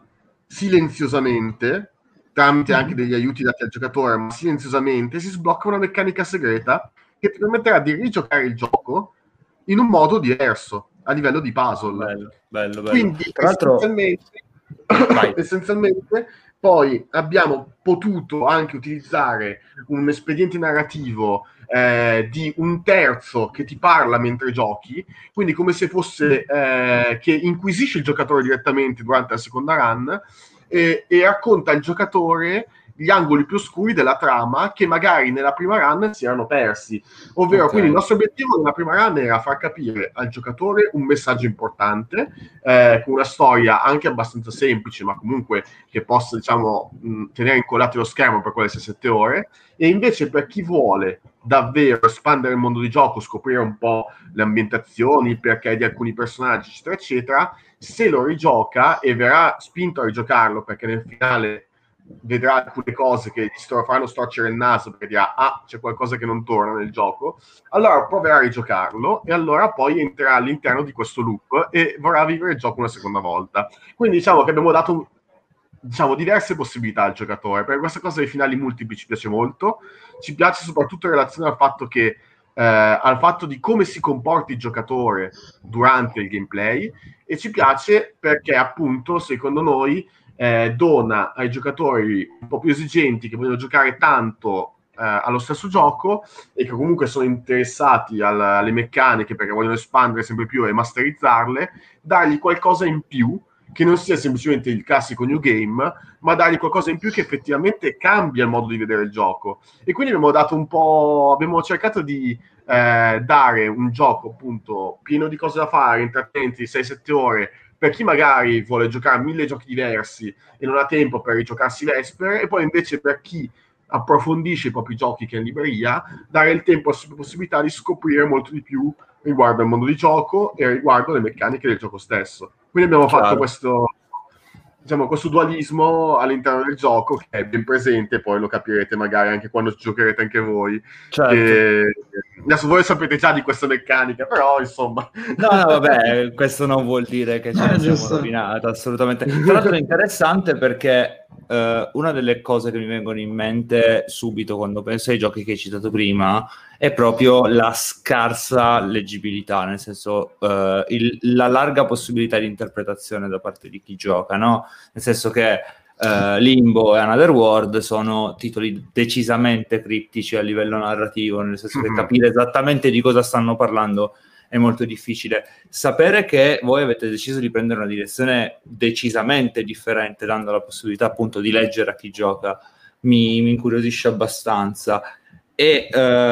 S2: silenziosamente, tramite anche degli aiuti dati al giocatore, ma silenziosamente si sblocca una meccanica segreta che ti permetterà di rigiocare il gioco in un modo diverso, a livello di puzzle.
S1: Bello, bello, bello.
S2: Quindi
S1: Tra l'altro...
S2: essenzialmente, essenzialmente poi abbiamo potuto anche utilizzare un espediente narrativo eh, di un terzo che ti parla mentre giochi, quindi come se fosse eh, che inquisisce il giocatore direttamente durante la seconda run e, e racconta al giocatore gli angoli più oscuri della trama che magari nella prima run si erano persi, ovvero okay. Quindi il nostro obiettivo nella prima run era far capire al giocatore un messaggio importante eh, con una storia anche abbastanza semplice, ma comunque che possa, diciamo, mh, tenere incollato lo schermo per quelle sei sette ore, e invece per chi vuole davvero espandere il mondo di gioco, scoprire un po' le ambientazioni, il perché di alcuni personaggi, eccetera eccetera, se lo rigioca e verrà spinto a rigiocarlo perché nel finale vedrà alcune cose che gli faranno storcere il naso perché dirà ah, c'è qualcosa che non torna nel gioco, allora proverà a rigiocarlo e allora poi entrerà all'interno di questo loop e vorrà vivere il gioco una seconda volta. Quindi diciamo che abbiamo dato diciamo diverse possibilità al giocatore. Per questa cosa dei finali multipli ci piace molto, ci piace soprattutto in relazione al fatto che eh, al fatto di come si comporta il giocatore durante il gameplay, e ci piace perché appunto secondo noi Eh, dona ai giocatori un po' più esigenti che vogliono giocare tanto eh, allo stesso gioco e che comunque sono interessati al, alle meccaniche perché vogliono espandere sempre più e masterizzarle, dargli qualcosa in più che non sia semplicemente il classico new game, ma dargli qualcosa in più che effettivamente cambia il modo di vedere il gioco. E quindi abbiamo dato un po', abbiamo cercato di eh, dare un gioco appunto pieno di cose da fare, intrattenenti, sei sette ore, per chi magari vuole giocare a mille giochi diversi e non ha tempo per rigiocarsi Vesper, e poi invece per chi approfondisce i propri giochi che è in libreria, dare il tempo e la possibilità di scoprire molto di più riguardo al mondo di gioco e riguardo le meccaniche del gioco stesso. Quindi abbiamo Chiaro. fatto questo, diciamo, questo dualismo all'interno del gioco che è ben presente, poi lo capirete magari anche quando giocherete anche voi.
S1: Certo.
S2: E adesso voi sapete già di questa meccanica, però insomma...
S1: No, no, vabbè, questo non vuol dire che ce ne siamo rovinati, assolutamente. Tra l'altro è interessante perché eh, una delle cose che mi vengono in mente subito quando penso ai giochi che hai citato prima è proprio la scarsa leggibilità, nel senso eh, il, la larga possibilità di interpretazione da parte di chi gioca, no? Nel senso che Uh, Limbo e Another World sono titoli decisamente criptici a livello narrativo, nel senso mm-hmm. che capire esattamente di cosa stanno parlando è molto difficile. Sapere che voi avete deciso di prendere una direzione decisamente differente, dando la possibilità appunto di leggere a chi gioca, mi, mi incuriosisce abbastanza. E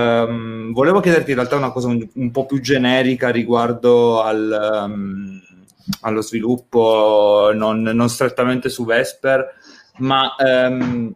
S1: um, volevo chiederti in realtà una cosa un, un po' più generica riguardo al... Um, allo sviluppo, non, non strettamente su Vesper, ma ehm,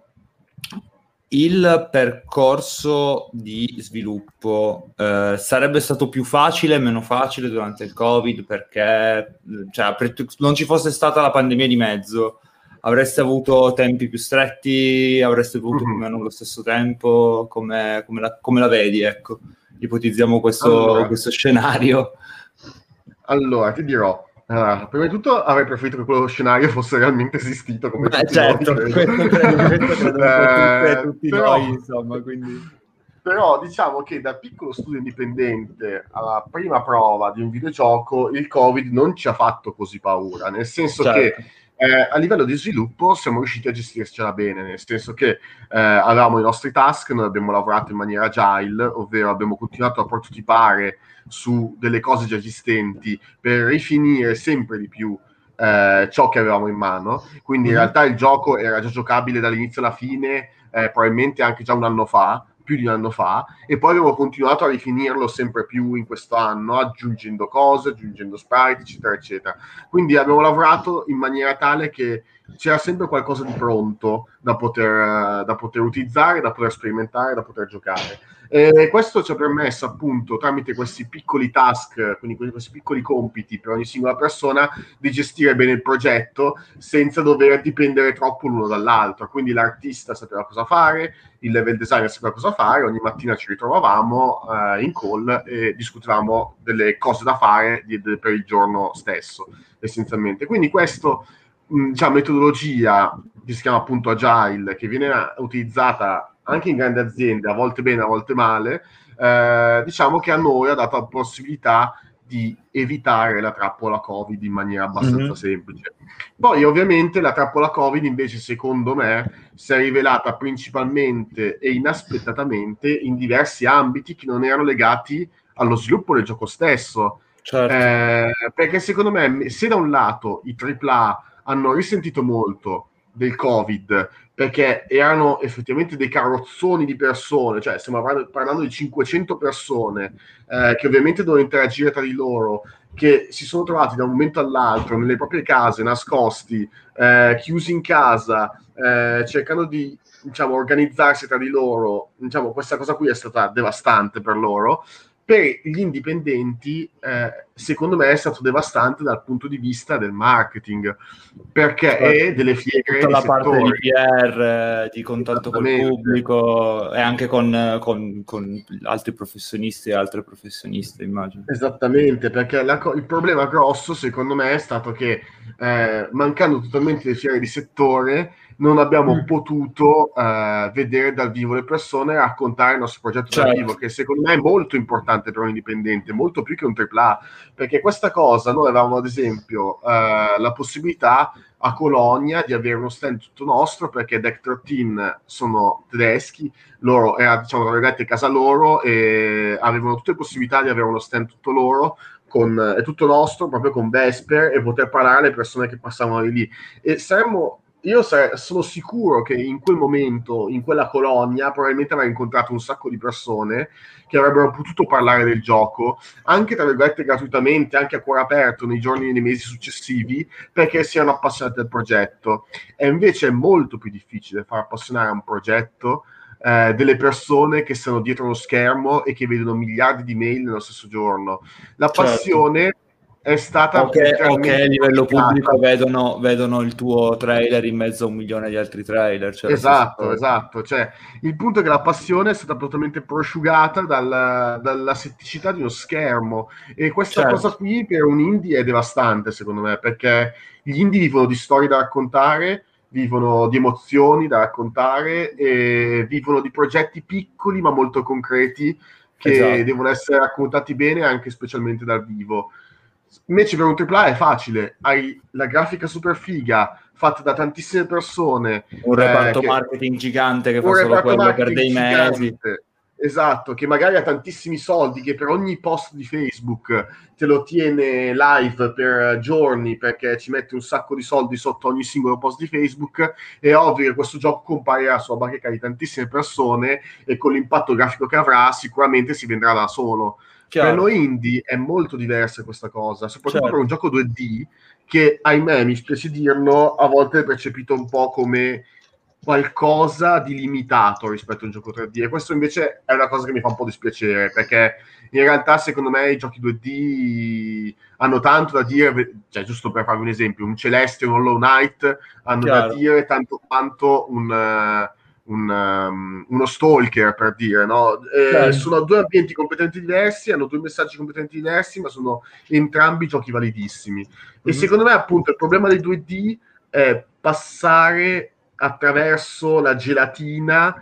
S1: il percorso di sviluppo eh, sarebbe stato più facile, meno facile durante il Covid, perché cioè, non ci fosse stata la pandemia di mezzo, avreste avuto tempi più stretti, avreste avuto più o meno lo stesso tempo, come, come, la, come la vedi, ecco, ipotizziamo questo, allora, questo scenario.
S2: Allora, ti dirò, allora, prima di tutto avrei preferito che quello scenario fosse realmente esistito, come
S1: Beh, certo,
S2: noi,
S1: questo credo, questo credo
S2: eh,
S1: tutti, tutti
S2: però,
S1: noi, insomma, quindi...
S2: Però diciamo che da piccolo studio indipendente alla prima prova di un videogioco il Covid non ci ha fatto così paura, nel senso certo. che eh, a livello di sviluppo siamo riusciti a gestircela bene, nel senso che eh, avevamo i nostri task, noi abbiamo lavorato in maniera agile, ovvero abbiamo continuato a prototipare su delle cose già esistenti per rifinire sempre di più eh, ciò che avevamo in mano, quindi mm-hmm. in realtà il gioco era già giocabile dall'inizio alla fine, eh, probabilmente anche già un anno fa, più di un anno fa, e poi abbiamo continuato a rifinirlo sempre più in questo anno, aggiungendo cose, aggiungendo sprite, eccetera, eccetera. Quindi abbiamo lavorato in maniera tale che c'era sempre qualcosa di pronto da poter, da poter utilizzare, da poter sperimentare, da poter giocare. E questo ci ha permesso, appunto, tramite questi piccoli task, quindi questi piccoli compiti per ogni singola persona, di gestire bene il progetto senza dover dipendere troppo l'uno dall'altro. Quindi l'artista sapeva cosa fare, il level designer sapeva cosa fare, ogni mattina ci ritrovavamo uh, in call e discutevamo delle cose da fare di, de, per il giorno stesso, essenzialmente. Quindi questo, mh, diciamo, metodologia che si chiama appunto Agile, che viene utilizzata anche in grandi aziende, a volte bene, a volte male, eh, diciamo che a noi ha dato la possibilità di evitare la trappola Covid in maniera abbastanza mm-hmm. semplice. Poi ovviamente la trappola Covid invece, secondo me, si è rivelata principalmente e inaspettatamente in diversi ambiti che non erano legati allo sviluppo del gioco stesso. Certo. Eh, perché secondo me, se da un lato i tripla A hanno risentito molto del Covid, perché erano effettivamente dei carrozzoni di persone, cioè stiamo parlando di cinquecento persone eh, che ovviamente devono interagire tra di loro, che si sono trovati da un momento all'altro nelle proprie case, nascosti, eh, chiusi in casa, eh, cercando di, diciamo, organizzarsi tra di loro. Diciamo, questa cosa qui è stata devastante per loro. Per gli indipendenti, eh, secondo me, è stato devastante dal punto di vista del marketing, perché è delle fiere
S1: tutta
S2: di
S1: la
S2: settore.
S1: parte di P R, di contatto col pubblico e anche con, con, con altri professionisti e altre professioniste, immagino.
S2: Esattamente, perché la, il problema grosso, secondo me, è stato che eh, mancando totalmente le fiere di settore, non abbiamo mm. potuto uh, vedere dal vivo le persone e raccontare il nostro progetto certo. dal vivo, che secondo me è molto importante per un indipendente, molto più che un tripla A, perché questa cosa, noi avevamo ad esempio uh, la possibilità a Colonia di avere uno stand tutto nostro, perché Deck tredici sono tedeschi, loro era, diciamo, tra virgolette, casa loro, e avevano tutte le possibilità di avere uno stand tutto loro, con, è tutto nostro, proprio con Vesper, e poter parlare alle persone che passavano di lì. E saremmo Io sare- sono sicuro che in quel momento, in quella colonia, probabilmente avrei incontrato un sacco di persone che avrebbero potuto parlare del gioco, anche tra virgolette gratuitamente, anche a cuore aperto nei giorni e nei mesi successivi, perché si erano appassionati del progetto. E invece è molto più difficile far appassionare a un progetto eh, delle persone che stanno dietro lo schermo e che vedono miliardi di mail nello stesso giorno. La passione... Certo. È stata
S1: o che, o che a livello pubblico vedono, vedono il tuo trailer in mezzo a un milione di altri trailer. Cioè
S2: esatto, esatto. Cioè, il punto è che la passione è stata totalmente prosciugata dal, dalla setticità di uno schermo, e questa certo. cosa qui per un indie è devastante, secondo me, perché gli indie vivono di storie da raccontare, vivono di emozioni da raccontare e vivono di progetti piccoli ma molto concreti che esatto. devono essere raccontati bene, anche specialmente dal vivo. Invece per un tripla A è facile, hai la grafica super figa fatta da tantissime persone,
S1: un reparto eh, che, marketing gigante che fa solo quello per dei mesi,
S2: gigante, esatto, che magari ha tantissimi soldi, che per ogni post di Facebook te lo tiene live per giorni perché ci mette un sacco di soldi sotto ogni singolo post di Facebook. È ovvio che questo gioco comparirà sulla bacheca di tantissime persone e con l'impatto grafico che avrà sicuramente si venderà da solo. Chiaro. Per noi indie è molto diversa questa cosa, soprattutto certo. per un gioco due D che, ahimè, mi spiace dirlo, a volte è percepito un po' come qualcosa di limitato rispetto a un gioco tre D, e questo invece è una cosa che mi fa un po' dispiacere, perché in realtà secondo me i giochi due D hanno tanto da dire, cioè giusto per farvi un esempio, un Celeste e un Hollow Knight hanno Chiaro. da dire tanto quanto un... Uh, Un, um, uno Stalker, per dire, no? Eh, sono due ambienti completamente diversi, hanno due messaggi completamente diversi, ma sono entrambi giochi validissimi. Mm-hmm. E secondo me, appunto, il problema dei due D è passare attraverso la gelatina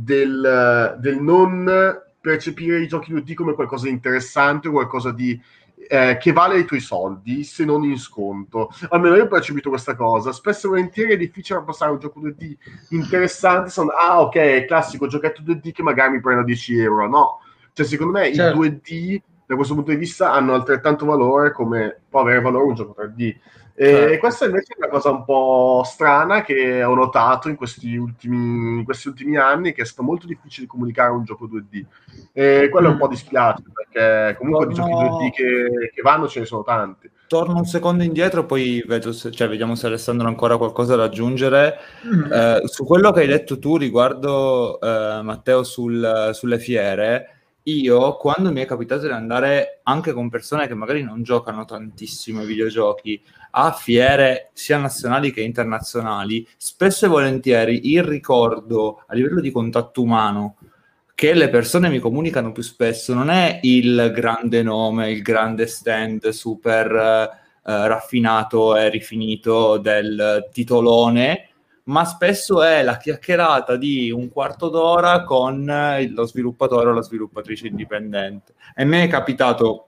S2: del, del non percepire i giochi due D come qualcosa di interessante, qualcosa di Eh, che vale i tuoi soldi, se non in sconto. Almeno io ho percepito questa cosa. Spesso e volentieri è difficile passare un gioco due D interessante, sono, ah ok, classico giochetto due D che magari mi prendo dieci euro. No, cioè secondo me certo. il due D da questo punto di vista hanno altrettanto valore come può avere valore un gioco tre D. E
S1: Certo.
S2: questa invece è una cosa un po' strana che ho notato in questi ultimi, in questi ultimi anni, che è stato molto difficile comunicare un gioco due D. E quello un po' dispiace, perché comunque di giochi due D che, che vanno ce ne sono tanti.
S1: Torno un secondo indietro, poi vedo se, cioè, vediamo se Alessandro ha ancora qualcosa da aggiungere.
S3: Mm.
S1: Eh, su quello che hai detto tu riguardo, eh, Matteo, sul- sulle fiere, io quando mi è capitato di andare anche con persone che magari non giocano tantissimo ai videogiochi, a fiere sia nazionali che internazionali, spesso e volentieri il ricordo a livello di contatto umano che le persone mi comunicano più spesso non è il grande nome, il grande stand super eh, raffinato e rifinito del titolone, ma spesso è la chiacchierata di un quarto d'ora con lo sviluppatore o la sviluppatrice indipendente. E mi è capitato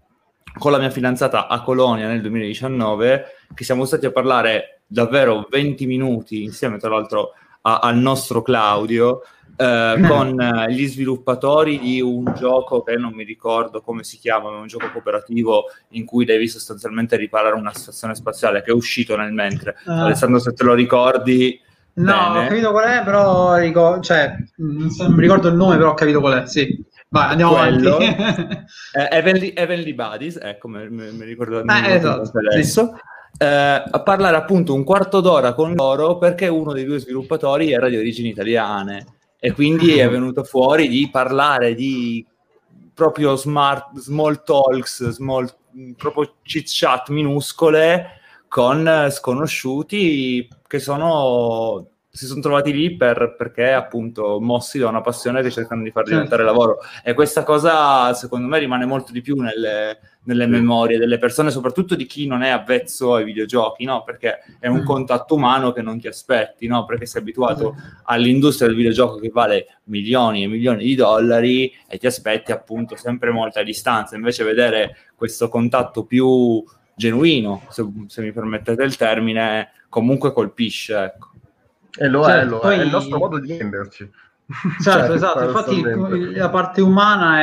S1: con la mia fidanzata a Colonia nel duemiladiciannove che siamo stati a parlare davvero venti minuti insieme, tra l'altro, a, al nostro Claudio, eh, con eh, gli sviluppatori di un gioco che non mi ricordo come si chiama, ma è un gioco cooperativo in cui devi sostanzialmente riparare una stazione spaziale, che è uscito nel mentre.
S3: Ah.
S1: Alessandro, se te lo ricordi.
S3: No,
S1: bene.
S3: ho capito qual è, però ricordo, cioè, non, so, non mi ricordo il nome, però ho capito qual è, sì. Vai, andiamo
S1: Quello,
S3: avanti.
S1: eh, Heavenly, Heavenly Buddies, ecco, mi, mi, mi ricordo mi
S3: Eh, esatto,
S1: adesso, eh, a parlare appunto un quarto d'ora con loro perché uno dei due sviluppatori era di origini italiane e quindi è venuto fuori di parlare di proprio smart, small talks, small, proprio chit chat minuscole con sconosciuti che sono... si sono trovati lì per, perché appunto mossi da una passione che cercano di far diventare
S3: Certo.
S1: lavoro, e questa cosa secondo me rimane molto di più nelle, nelle
S2: Sì.
S1: memorie delle persone, soprattutto di chi non è avvezzo ai videogiochi, no? Perché è un
S3: Mm.
S1: contatto umano che non ti aspetti, no? Perché sei abituato
S3: Esatto.
S1: all'industria del videogioco che vale milioni e milioni di dollari e ti aspetti appunto sempre molta distanza, invece vedere questo contatto più genuino, se, se mi permettete il termine, comunque colpisce, ecco.
S2: E lo
S3: Certo,
S2: è, lo
S3: poi-
S2: è, è il nostro modo di venderci.
S3: Certo,
S2: Cioè,
S3: esatto, infatti
S2: paradossalmente.
S3: la parte umana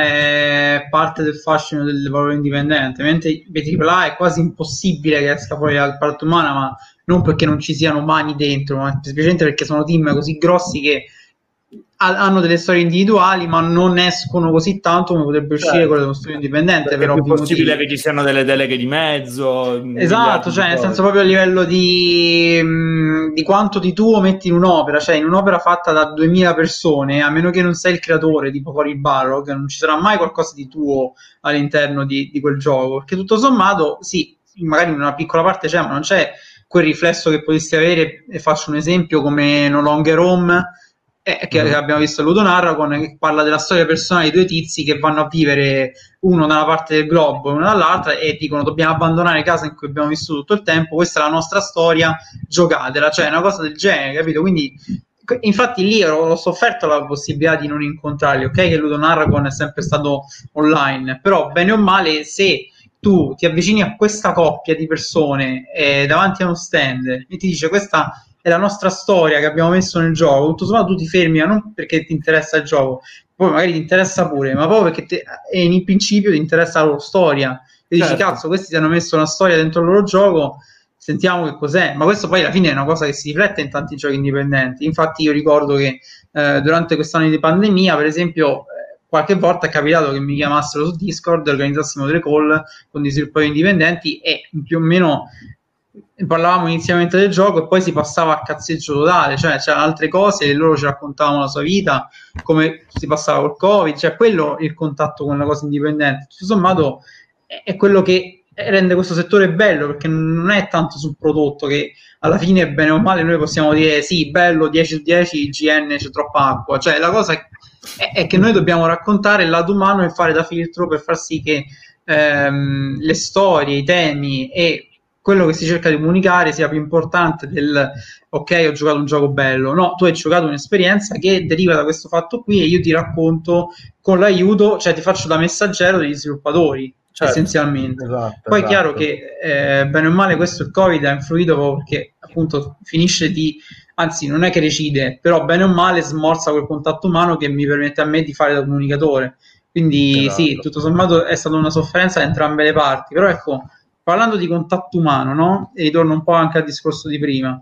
S3: è parte del fascino del valore indipendente, mentre i tripla A è quasi impossibile che esca fuori la parte umana, ma non perché non ci siano umani dentro, ma semplicemente perché sono team così grossi che ha- hanno delle storie individuali, ma non escono così tanto come potrebbe uscire
S1: Certo.
S3: con lo studio indipendente
S1: Perché
S3: per
S1: è più
S3: ovvi
S1: possibile
S3: motivi.
S1: che ci siano delle deleghe di mezzo,
S3: Esatto,
S1: miliardi
S3: cioè
S1: di
S3: nel
S1: cose.
S3: senso proprio a livello di, mh, di quanto di tuo metti in un'opera, cioè in un'opera fatta da duemila persone, a meno che non sei il creatore, tipo Cory Barlog, non ci sarà mai qualcosa di tuo all'interno di, di quel gioco, perché tutto sommato, sì, magari in una piccola parte c'è, ma non c'è quel riflesso che potresti avere, e faccio un esempio come No Longer Home, eh, che
S2: Mhm.
S3: abbiamo visto a Ludonarra, che parla della storia personale di due tizi che vanno a vivere uno da una parte del globo e uno dall'altra e dicono dobbiamo abbandonare casa in cui abbiamo vissuto tutto il tempo, questa è la nostra storia, giocatela, cioè è una cosa del genere, capito? Quindi infatti lì ho sofferto la possibilità di non incontrarli, ok che Ludonarragon è sempre stato online, però bene o male se tu ti avvicini a questa coppia di persone eh, davanti a uno stand e ti dice questa è la nostra storia che abbiamo messo nel gioco, tutto sommato tu ti fermi, ma non perché ti interessa il gioco, poi magari ti interessa pure, ma proprio perché te, e in principio ti interessa la loro storia, e dici
S1: Certo.
S3: cazzo questi ti hanno messo una storia dentro il loro gioco, sentiamo che cos'è, ma questo poi alla fine è una cosa che si riflette in tanti giochi indipendenti. Infatti io ricordo che eh, durante quest'anno di pandemia, per esempio, eh, qualche volta è capitato che mi chiamassero su Discord, organizzassimo delle call con dei sviluppatori indipendenti e più o meno parlavamo inizialmente del gioco e poi si passava a cazzeggio totale, cioè c'erano altre cose e loro ci raccontavano la sua vita, come si passava col Covid, cioè quello il contatto con la cosa indipendente. Tutto sommato è, è quello che rende questo settore bello, perché non è tanto sul prodotto, che alla fine bene o male noi possiamo dire sì, bello, dieci su dieci, il G N c'è troppa acqua, cioè la cosa è, è che noi dobbiamo raccontare il lato umano e fare da filtro per far sì che ehm, le storie, i temi e quello che si cerca di comunicare sia più importante del ok, ho giocato un gioco bello. No, tu hai giocato un'esperienza che deriva da questo fatto qui e io ti racconto con l'aiuto, cioè ti faccio da messaggero degli sviluppatori,
S1: Certo.
S3: essenzialmente.
S2: Esatto,
S3: Poi è
S2: esatto.
S3: chiaro che eh, bene o male questo il Covid ha influito proprio perché appunto finisce di, anzi non è che recide, però bene o male smorza quel contatto umano che mi permette a me di fare da comunicatore. Quindi
S2: Esatto.
S3: sì, tutto sommato è stata una sofferenza da entrambe le parti, però ecco, parlando di contatto umano, no? E ritorno un po' anche al discorso di prima.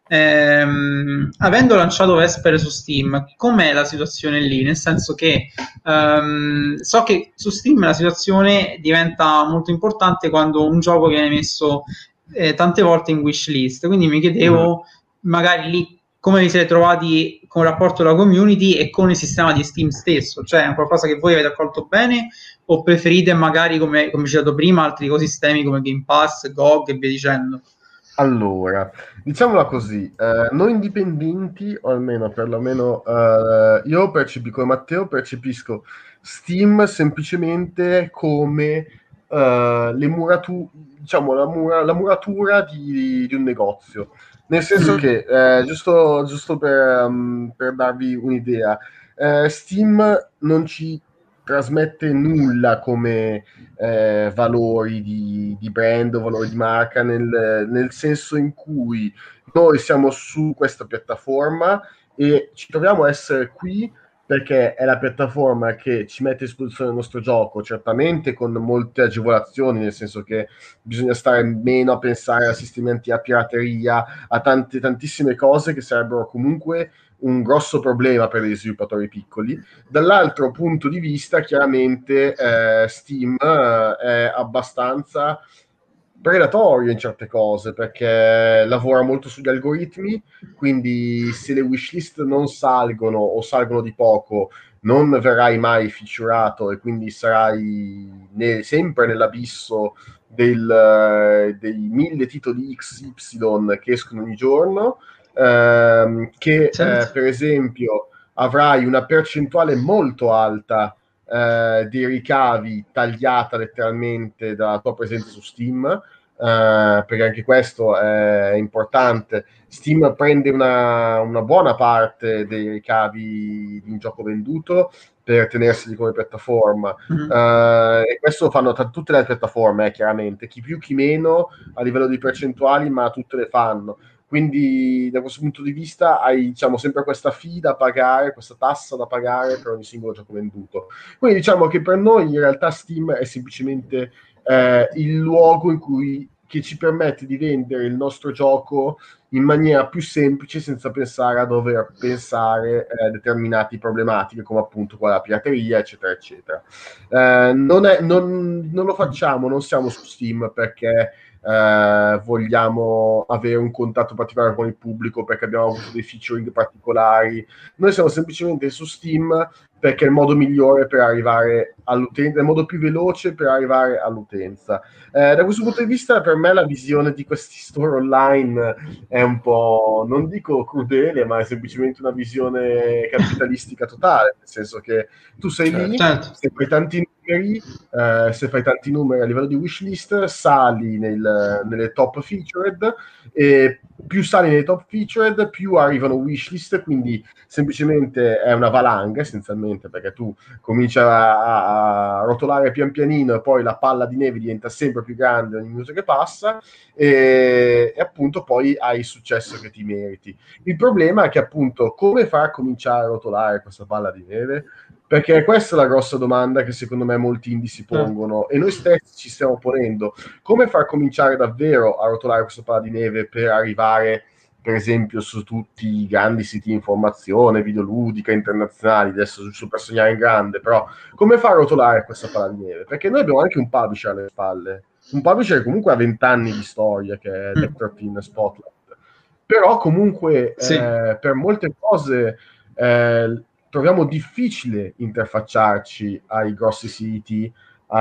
S3: Ehm, avendo lanciato Vespere su Steam, com'è la situazione lì? Nel senso che ehm, so che su Steam la situazione diventa molto importante quando un gioco viene messo eh, tante volte in wishlist, quindi mi chiedevo mm. magari lì come vi siete trovati con il rapporto della community e con il sistema di Steam stesso, cioè è qualcosa che voi avete accolto bene o preferite magari, come, come citato prima, altri ecosistemi come Game Pass, G O G e via dicendo?
S2: Allora, diciamola così, eh, noi indipendenti, o almeno perlomeno eh, io percepisco, come Matteo, percepisco Steam semplicemente come eh, le muratu- diciamo, la, mura- la muratura di, di un negozio. Nel senso
S3: Mm.
S2: che, eh, giusto, giusto per, um, per darvi un'idea, eh, Steam non ci trasmette nulla come eh, valori di, di brand o valori di marca, nel, nel senso in cui noi siamo su questa piattaforma e ci troviamo a essere qui perché è la piattaforma che ci mette a disposizione il nostro gioco, certamente con molte agevolazioni, nel senso che bisogna stare meno a pensare a sistemi anti-pirateria, a tante, tantissime cose che sarebbero comunque un grosso problema per gli sviluppatori piccoli. Dall'altro punto di vista, chiaramente eh, Steam eh, è abbastanza predatorio in certe cose perché lavora molto sugli algoritmi, quindi se le wishlist non salgono o salgono di poco non verrai mai featurato e quindi sarai ne- sempre nell'abisso del, dei mille titoli X Y che escono ogni giorno, ehm, che
S3: Certo.
S2: eh, per esempio avrai una percentuale molto alta eh, dei ricavi tagliata letteralmente dalla tua presenza su Steam, Uh, perché anche questo è importante. Steam prende una, una buona parte dei ricavi di un gioco venduto per tenerseli come piattaforma,
S3: Mm.
S2: uh, e questo lo fanno tra tutte le piattaforme, eh, chiaramente, chi più chi meno a livello di percentuali, ma tutte le fanno. Quindi da questo punto di vista hai, diciamo, sempre questa fee da pagare, questa tassa da pagare per ogni singolo gioco venduto. Quindi diciamo che per noi in realtà Steam è semplicemente eh, il luogo in cui che ci permette di vendere il nostro gioco in maniera più semplice senza pensare a dover pensare a eh, determinate problematiche come appunto quella pirateria eccetera eccetera. Eh, non, è, non, non lo facciamo, non siamo su Steam perché eh, vogliamo avere un contatto particolare con il pubblico, perché abbiamo avuto dei featuring particolari. Noi siamo semplicemente su Steam perché è il modo migliore per arrivare all'utenza, è il modo più veloce per arrivare all'utenza. Eh, da questo punto di vista, per me la visione di questi store online è un po', non dico crudele, ma è semplicemente una visione capitalistica totale, nel senso che tu sei lì,
S3: Certo.
S2: se fai tanti numeri, eh, se fai tanti numeri a livello di wishlist, sali nel, nelle top featured, e più sali nei top featured, più arrivano wishlist, quindi semplicemente è una valanga essenzialmente, perché tu cominci a, a rotolare pian pianino e poi la palla di neve diventa sempre più grande ogni minuto che passa e, e appunto poi hai il successo che ti meriti. Il problema è che appunto come far cominciare a rotolare questa palla di neve? Perché questa è la grossa domanda che secondo me molti indie si pongono e noi stessi ci stiamo ponendo: come far cominciare davvero a rotolare questa palla di neve per arrivare per esempio su tutti i grandi siti di informazione videoludica internazionali, adesso giusto per sognare in grande, però come far rotolare questa palla di neve? Perché noi abbiamo anche un publisher alle spalle, un publisher che comunque ha vent'anni di storia, che è Deck tredici Spotlight, però comunque
S3: Sì.
S2: eh, per molte cose eh, troviamo difficile interfacciarci ai grossi siti, eh,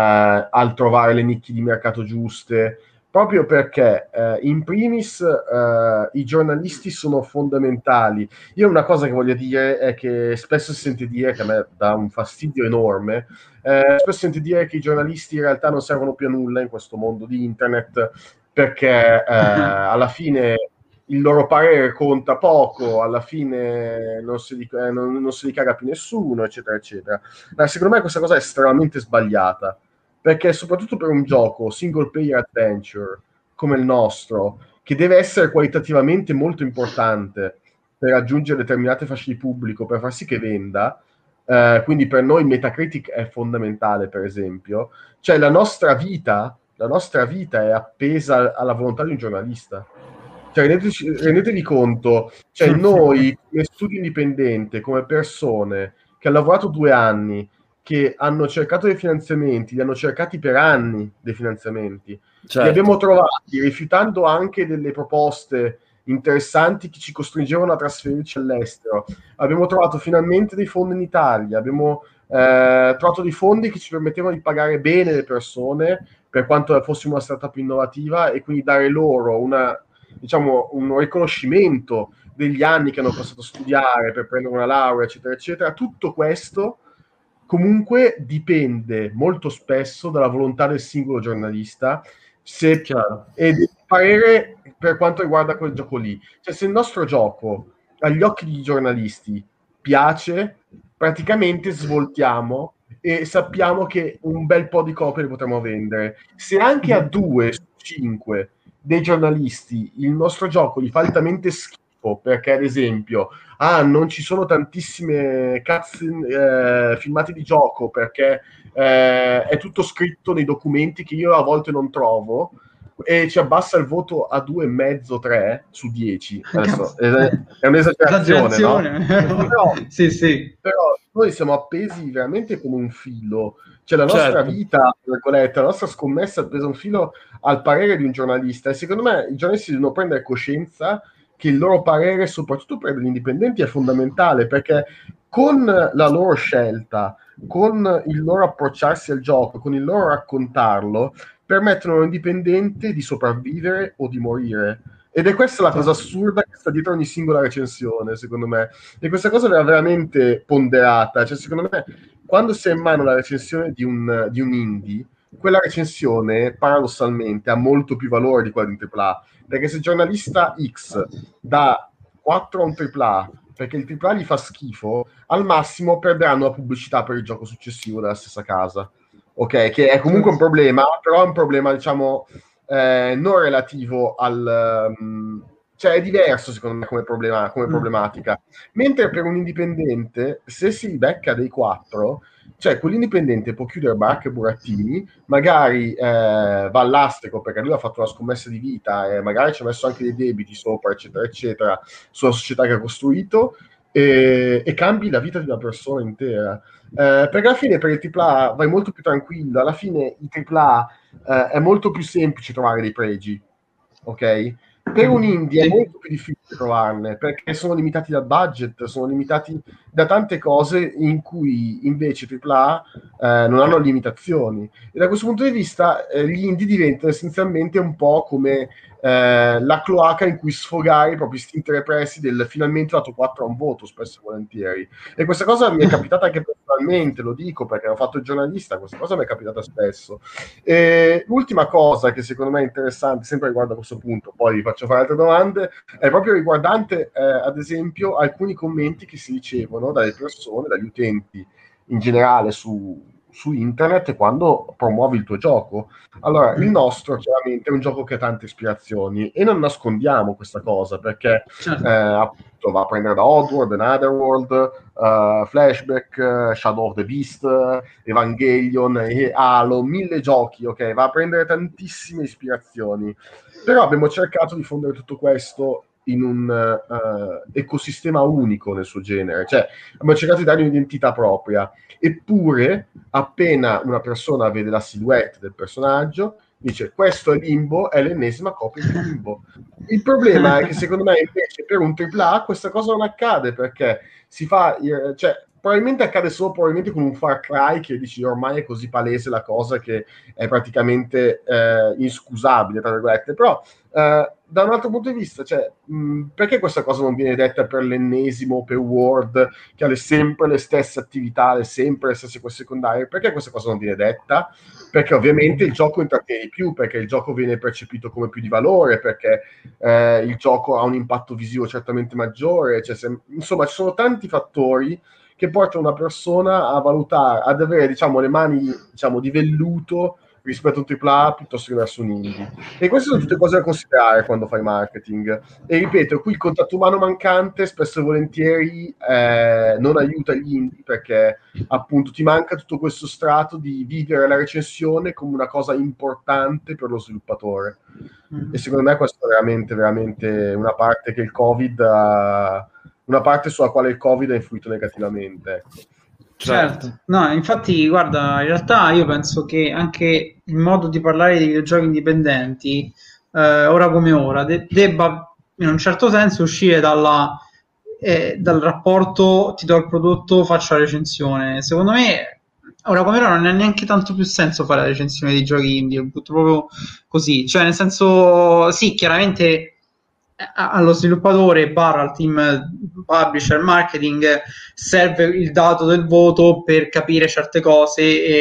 S2: al trovare le nicchie di mercato giuste, proprio perché eh, in primis eh, i giornalisti sono fondamentali. Io una cosa che voglio dire è che spesso si sente dire, che a me dà un fastidio enorme, eh, spesso si sente dire che i giornalisti in realtà non servono più a nulla in questo mondo di internet, perché eh, alla fine il loro parere conta poco, alla fine non si, li, eh, non, non si li caga più nessuno, eccetera, eccetera. Ma secondo me questa cosa è estremamente sbagliata, perché soprattutto per un gioco single player adventure come il nostro, che deve essere qualitativamente molto importante per raggiungere determinate fasce di pubblico, per far sì che venda, eh, quindi per noi Metacritic è fondamentale, per esempio, cioè la nostra vita, la nostra vita è appesa alla volontà di un giornalista. Cioè, rendetevi, rendetevi conto, cioè noi come studio indipendente, come persone che hanno lavorato due anni, che hanno cercato dei finanziamenti, li hanno cercati per anni dei finanziamenti,
S1: Certo.
S2: li abbiamo trovati rifiutando anche delle proposte interessanti che ci costringevano a trasferirci all'estero. Abbiamo trovato finalmente dei fondi in Italia, abbiamo eh, trovato dei fondi che ci permettevano di pagare bene le persone per quanto fossimo una startup innovativa e quindi dare loro una, diciamo, un riconoscimento degli anni che hanno passato a studiare per prendere una laurea, eccetera, eccetera. Tutto questo comunque dipende molto spesso dalla volontà del singolo giornalista se, e del parere per quanto riguarda quel gioco lì. Cioè, se il nostro gioco agli occhi dei giornalisti piace, praticamente svoltiamo e sappiamo che un bel po' di copie le potremo vendere. Se anche a due su cinque dei giornalisti il nostro gioco gli fa altamente schifo, perché ad esempio ah, non ci sono tantissime cutscene, eh, filmati di gioco, perché eh, è tutto scritto nei documenti che io a volte non trovo, e ci abbassa il voto a due e mezzo, tre su dieci. Adesso è, è un'esagerazione,
S3: Esagerazione.
S2: No? Però,
S3: sì, sì.
S2: però noi siamo appesi veramente come un filo. Cioè la nostra
S1: Certo.
S2: vita, la nostra scommessa è appesa un filo al parere di un giornalista, e secondo me i giornalisti devono prendere coscienza che il loro parere, soprattutto per gli indipendenti, è fondamentale, perché con la loro scelta, con il loro approcciarsi al gioco, con il loro raccontarlo, permettono all'indipendente di sopravvivere o di morire. Ed è questa la cosa assurda che sta dietro ogni singola recensione, secondo me. E questa cosa va veramente ponderata. Cioè, secondo me, quando si è in mano la recensione di un, di un indie, quella recensione, paradossalmente, ha molto più valore di quella di un tripla A. Perché se il giornalista X dà quattro a un tripla A perché il tripla A gli fa schifo, al massimo perderanno la pubblicità per il gioco successivo della stessa casa. Ok, che è comunque un problema, però è un problema, diciamo, eh, non relativo al... Um, cioè è diverso secondo me come, problema, come problematica. Mentre per un indipendente, se si becca dei quattro, cioè quell'indipendente può chiudere baracche e burattini, magari eh, va all'astrico perché lui ha fatto una scommessa di vita e magari ci ha messo anche dei debiti sopra, eccetera, eccetera, sulla società che ha costruito, e, e cambi la vita di una persona intera. Eh, perché alla fine per il tripla A vai molto più tranquillo, alla fine il tripla A eh, è molto più semplice trovare dei pregi, ok? Per un indie sì. È molto più difficile trovarne, perché sono limitati dal budget, sono limitati da tante cose in cui invece tripla A eh, non hanno limitazioni. E da questo punto di vista eh, gli indie diventano essenzialmente un po' come eh, la cloaca in cui sfogare i propri istinti repressi del finalmente ho dato quattro a un voto, spesso e volentieri. E questa cosa mi è capitata anche personalmente, lo dico perché ho fatto il giornalista, questa cosa mi è capitata spesso. E l'ultima cosa che secondo me è interessante, sempre riguardo a questo punto, poi vi faccio fare altre domande, è proprio riguardante eh, ad esempio alcuni commenti che si ricevono dalle persone, dagli utenti in generale su, su internet quando promuovi il tuo gioco. Allora, il nostro chiaramente è un gioco che ha tante ispirazioni e non nascondiamo questa cosa, perché eh, appunto va a prendere da Oddworld, Anotherworld, uh, Flashback, uh, Shadow of the Beast, Evangelion, e Halo, mille giochi, ok? Va a prendere tantissime ispirazioni. Però abbiamo cercato di fondere tutto questo in un uh, ecosistema unico nel suo genere, cioè abbiamo cercato di dargli un'identità propria, eppure appena una persona vede la silhouette del personaggio dice questo è Limbo, è l'ennesima copia di Limbo. Il problema è che secondo me invece per un tripla A questa cosa non accade, perché si fa, cioè probabilmente accade solo probabilmente con un Far Cry, che dici ormai è così palese la cosa che è praticamente eh, inscusabile, tra virgolette, però eh, da un altro punto di vista, cioè, mh, perché questa cosa non viene detta per l'ennesimo open world che ha sempre le stesse attività, le sempre le stesse cose secondarie? Perché questa cosa non viene detta? Perché ovviamente il gioco intrattiene di più, perché il gioco viene percepito come più di valore, perché eh, il gioco ha un impatto visivo certamente maggiore, cioè, se, insomma ci sono tanti fattori che portano una persona a valutare, ad avere diciamo le mani diciamo di velluto rispetto a un tripla A piuttosto che verso un indie. E queste sono tutte cose da considerare quando fai marketing. E ripeto, qui il contatto umano mancante spesso e volentieri eh, non aiuta gli indie, perché appunto ti manca tutto questo strato di vivere la recensione come una cosa importante per lo sviluppatore. Mm. E secondo me questa è veramente, veramente una parte che il Covid ha, una parte sulla quale il Covid ha influito negativamente, ecco.
S3: Certo, no, infatti guarda, in realtà io penso che anche il modo di parlare di videogiochi indipendenti, eh, ora come ora, de- debba in un certo senso uscire dalla, eh, dal rapporto ti do il prodotto, faccio la recensione. Secondo me, ora come ora non ha neanche tanto più senso fare la recensione dei giochi indie, è proprio così, cioè nel senso, sì, chiaramente allo sviluppatore barra al team publisher marketing serve il dato del voto per capire certe cose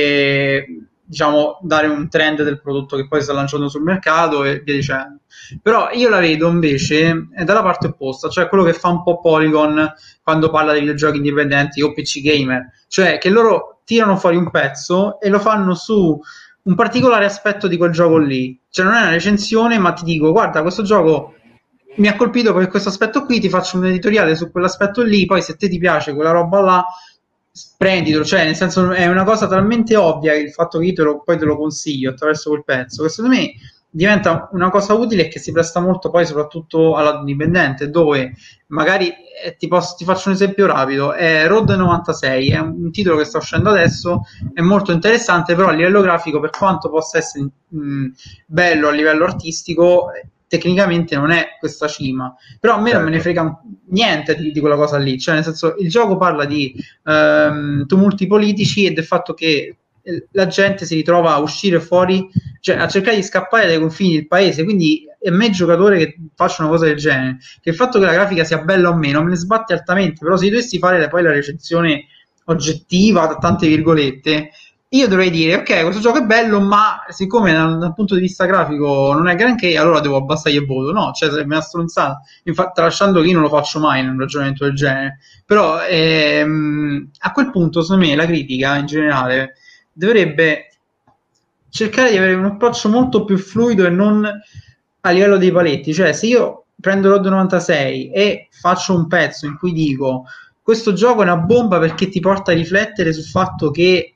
S3: e diciamo dare un trend del prodotto che poi sta lanciando sul mercato e via dicendo. Però io la vedo invece dalla parte opposta, cioè quello che fa un po' Polygon quando parla di videogiochi indipendenti o P C gamer, cioè che loro tirano fuori un pezzo e lo fanno su un particolare aspetto di quel gioco lì, cioè non è una recensione ma ti dico guarda questo gioco mi ha colpito per questo aspetto qui, ti faccio un editoriale su quell'aspetto lì, poi se te ti piace quella roba là prenditelo, cioè nel senso è una cosa talmente ovvia il fatto che io te lo, poi te lo consiglio attraverso quel pezzo, che secondo me diventa una cosa utile e che si presta molto poi soprattutto alla dipendente, dove magari eh, ti, posso, ti faccio un esempio rapido, è Road novantasei, è un, un titolo che sta uscendo adesso, è molto interessante, però a livello grafico, per quanto possa essere mh, bello a livello artistico, tecnicamente non è questa cima, però a me certo. non me ne frega niente di, di quella cosa lì, cioè nel senso il gioco parla di ehm, tumulti politici e del fatto che la gente si ritrova a uscire fuori, cioè a cercare di scappare dai confini del paese, quindi è me giocatore che faccio una cosa del genere, che il fatto che la grafica sia bella o meno me ne sbatte altamente, però se io dovessi fare poi la recensione oggettiva da tante virgolette, io dovrei dire ok questo gioco è bello ma siccome dal, dal punto di vista grafico non è granché, allora devo abbassare il voto, no, cioè sarebbe una stronzata, infatti tralasciando che io non lo faccio mai in un ragionamento del genere, però ehm, a quel punto secondo me la critica in generale dovrebbe cercare di avere un approccio molto più fluido e non a livello dei paletti, cioè se io prendo Road novantasei e faccio un pezzo in cui dico questo gioco è una bomba perché ti porta a riflettere sul fatto che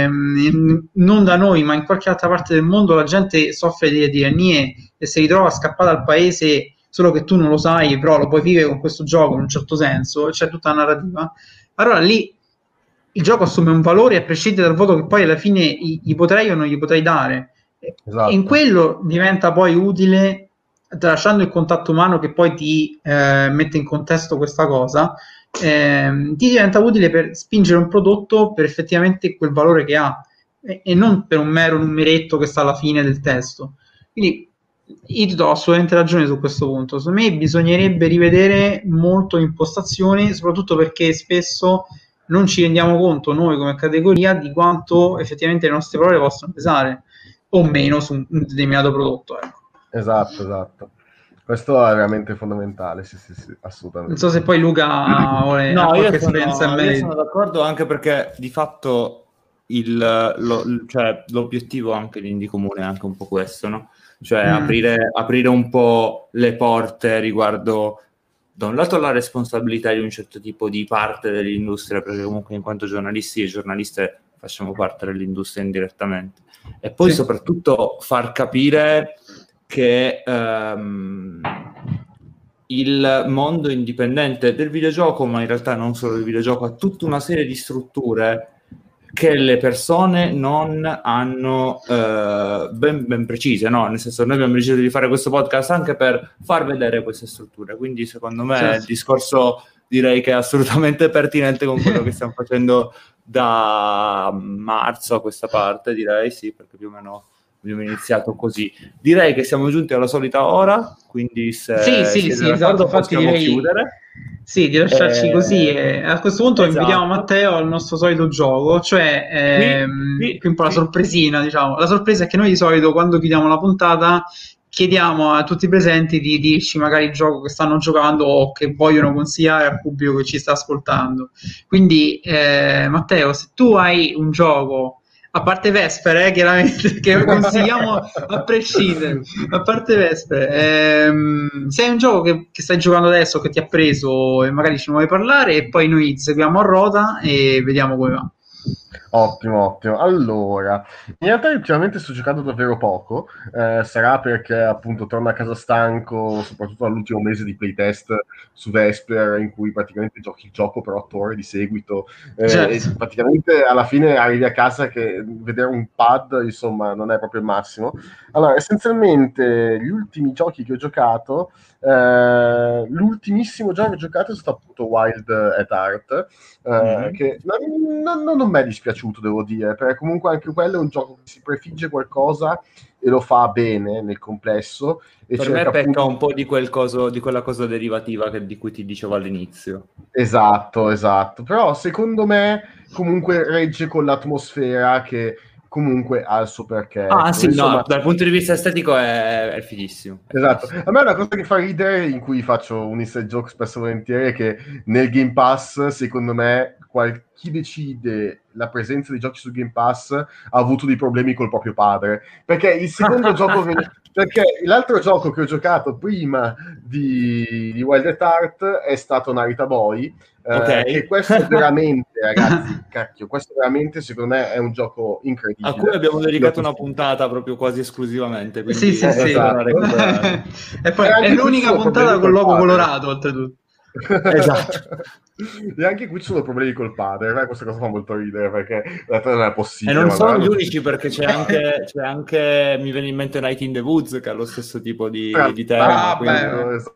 S3: ehm, non da noi ma in qualche altra parte del mondo la gente soffre di tirannie e si ritrova a scappare dal paese, solo che tu non lo sai, però lo puoi vivere con questo gioco in un certo senso, c'è tutta la narrativa, allora lì il gioco assume un valore a prescindere dal voto che poi alla fine gli potrei o non gli potrei dare. Esatto. E in quello diventa poi utile, tralasciando il contatto umano che poi ti eh, mette in contesto questa cosa, eh, ti diventa utile per spingere un prodotto per effettivamente quel valore che ha e, e non per un mero numeretto che sta alla fine del testo. Quindi io ti do assolutamente ragione su questo punto. Secondo me bisognerebbe rivedere molto l'impostazione, soprattutto perché spesso non ci rendiamo conto noi come categoria di quanto effettivamente le nostre parole possono pesare o meno su un determinato prodotto, ecco.
S2: Esatto, esatto. Questo è veramente fondamentale, sì, sì, sì, assolutamente.
S3: Non so se poi Luca vuole
S1: no,
S3: qualche
S1: io
S3: esperienza
S1: sono,
S3: in
S1: io sono d'accordo anche perché di fatto il, lo, cioè, l'obiettivo anche dell'Indie Comune è anche un po' questo, no? Cioè mm. aprire, aprire un po' le porte riguardo da un lato la responsabilità di un certo tipo di parte dell'industria, perché comunque in quanto giornalisti e giornaliste facciamo parte dell'industria indirettamente, e poi sì. soprattutto far capire che um, il mondo indipendente del videogioco, ma in realtà non solo del videogioco, ha tutta una serie di strutture che le persone non hanno uh, ben, ben precise, no? Nel senso, noi abbiamo deciso di fare questo podcast anche per far vedere queste strutture, quindi secondo me certo. il discorso direi che è assolutamente pertinente con quello che stiamo facendo da marzo a questa parte, direi sì, perché più o meno abbiamo iniziato così. Direi che siamo giunti alla solita ora, quindi se
S3: sì, sì, sì, esatto, infatti direi chiudere. Sì, di lasciarci eh, così e a questo punto esatto. invitiamo Matteo al nostro solito gioco, cioè ehm, qui, qui, qui un po' la sorpresina, diciamo. La sorpresa è che noi di solito quando chiudiamo la puntata chiediamo a tutti i presenti di dirci magari il gioco che stanno giocando o che vogliono consigliare al pubblico che ci sta ascoltando. Quindi eh, Matteo, se tu hai un gioco A parte Vespere, eh, chiaramente, che consigliamo a prescindere. A parte Vespere, ehm, se è un gioco che, che stai giocando adesso, che ti ha preso e magari ci vuoi parlare, e poi noi seguiamo a rota e vediamo come va.
S2: Ottimo, ottimo. Allora, in realtà ultimamente sto giocando davvero poco, eh, sarà perché appunto torno a casa stanco, soprattutto all'ultimo mese di playtest su Vesper, in cui praticamente giochi il gioco per otto ore di seguito, eh,
S3: Certo.
S2: e praticamente alla fine arrivi a casa che vedere un pad, insomma, non è proprio il massimo. Allora, essenzialmente gli ultimi giochi che ho giocato, eh, l'ultimissimo gioco che ho giocato è stato appunto Wild at Heart, eh,
S1: Mhm.
S2: che non, non- non mi è dispiaciuto, devo dire, perché comunque anche quello è un gioco che si prefigge qualcosa e lo fa bene nel complesso e
S1: Per me
S2: cerca
S1: pecca
S2: appunto...
S1: un po' di quel coso, di quella cosa derivativa che- di cui ti dicevo all'inizio.
S2: Esatto, esatto, però secondo me comunque regge con l'atmosfera che comunque ha il suo perché,
S1: Ah,
S2: ecco.
S1: sì, no,
S2: Insomma,
S1: dal punto di vista estetico è, è fighissimo. È
S2: esatto,
S1: fighissimo.
S2: a me è una cosa che fa ridere, in cui faccio un inside joke spesso e volentieri, è che nel Game Pass, secondo me, qual- chi decide la presenza dei giochi su Game Pass ha avuto dei problemi col proprio padre, perché il secondo gioco che- perché l'altro gioco che ho giocato prima di, di Wild at Heart è stato Narita Boy,
S1: Ok.
S2: eh, che questo veramente, ragazzi, cacchio, questo veramente secondo me è un gioco
S1: A
S2: incredibile.
S1: cui abbiamo
S2: Lo
S1: dedicato una
S2: consiglio.
S1: puntata proprio quasi esclusivamente,
S3: Sì,
S1: quindi
S3: sì, sì.
S1: andatevelo a
S2: Esatto.
S1: recuperare.
S3: E poi
S2: E
S3: è
S2: anche qui ci
S3: l'unica
S2: sono
S3: puntata
S2: problemi
S3: con
S2: col
S3: logo
S2: padre.
S3: colorato, oltretutto.
S1: Esatto.
S2: E anche qui ci sono problemi col padre. A me questa cosa fa molto ridere, perché in realtà non è
S1: E
S2: possibile.
S1: non
S2: ma
S1: sono gli
S2: verranno
S1: unici, perché c'è anche, c'è anche, mi viene in mente Night in the Woods, che ha lo stesso tipo di, di tema,
S3: Ah,
S1: quindi
S3: beh.
S2: Esatto.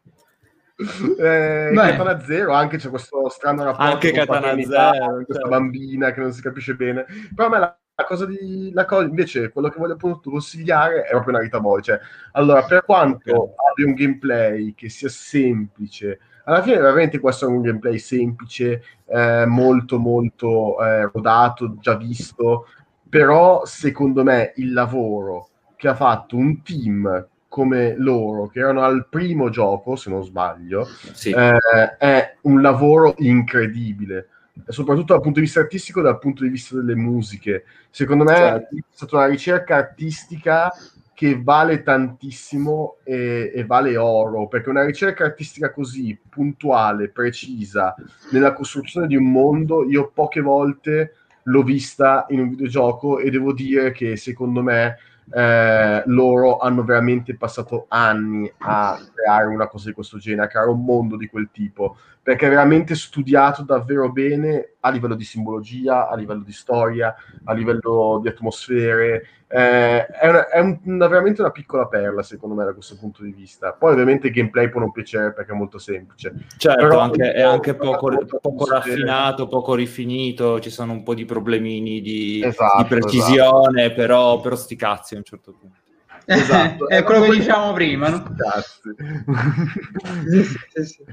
S2: Eh,
S3: Beh.
S2: Katana Zero anche c'è questo strano rapporto
S1: anche
S2: con
S1: Katana
S2: paternità,
S1: Zero,
S2: questa
S1: cioè.
S2: bambina che non si capisce bene. Però a me la, la cosa di la cosa invece, quello che voglio appunto consigliare è proprio Narita Boy. Cioè, allora, per quanto
S1: Ok.
S2: abbia un gameplay che sia semplice, alla fine veramente questo è un gameplay semplice, eh, molto molto eh, rodato, già visto, però secondo me il lavoro che ha fatto un team come loro, che erano al primo gioco, se non sbaglio,
S1: Sì.
S2: eh, è un lavoro incredibile, soprattutto dal punto di vista artistico e dal punto di vista delle musiche. Secondo me
S1: Certo.
S2: è stata una ricerca artistica che vale tantissimo e, e vale oro, perché una ricerca artistica così puntuale, precisa, nella costruzione di un mondo, io poche volte l'ho vista in un videogioco e devo dire che secondo me eh, loro hanno veramente passato anni a creare una cosa di questo genere, a creare un mondo di quel tipo, perché è veramente studiato davvero bene a livello di simbologia, a livello di storia, a livello di atmosfere. Eh, è, una, è un, una, veramente una piccola perla, secondo me, da questo punto di vista. Poi ovviamente il gameplay può non piacere perché è molto semplice.
S1: Certo,
S2: Però
S1: anche, è anche poco,
S2: molto
S1: poco raffinato, poco rifinito, ci sono un po' di problemini di,
S2: esatto,
S1: di precisione, esatto. però, però sti cazzi a un certo punto.
S2: Esatto,
S3: è quello che diciamo prima, no?
S2: Cazzi.
S3: Sì, sì, sì, sì.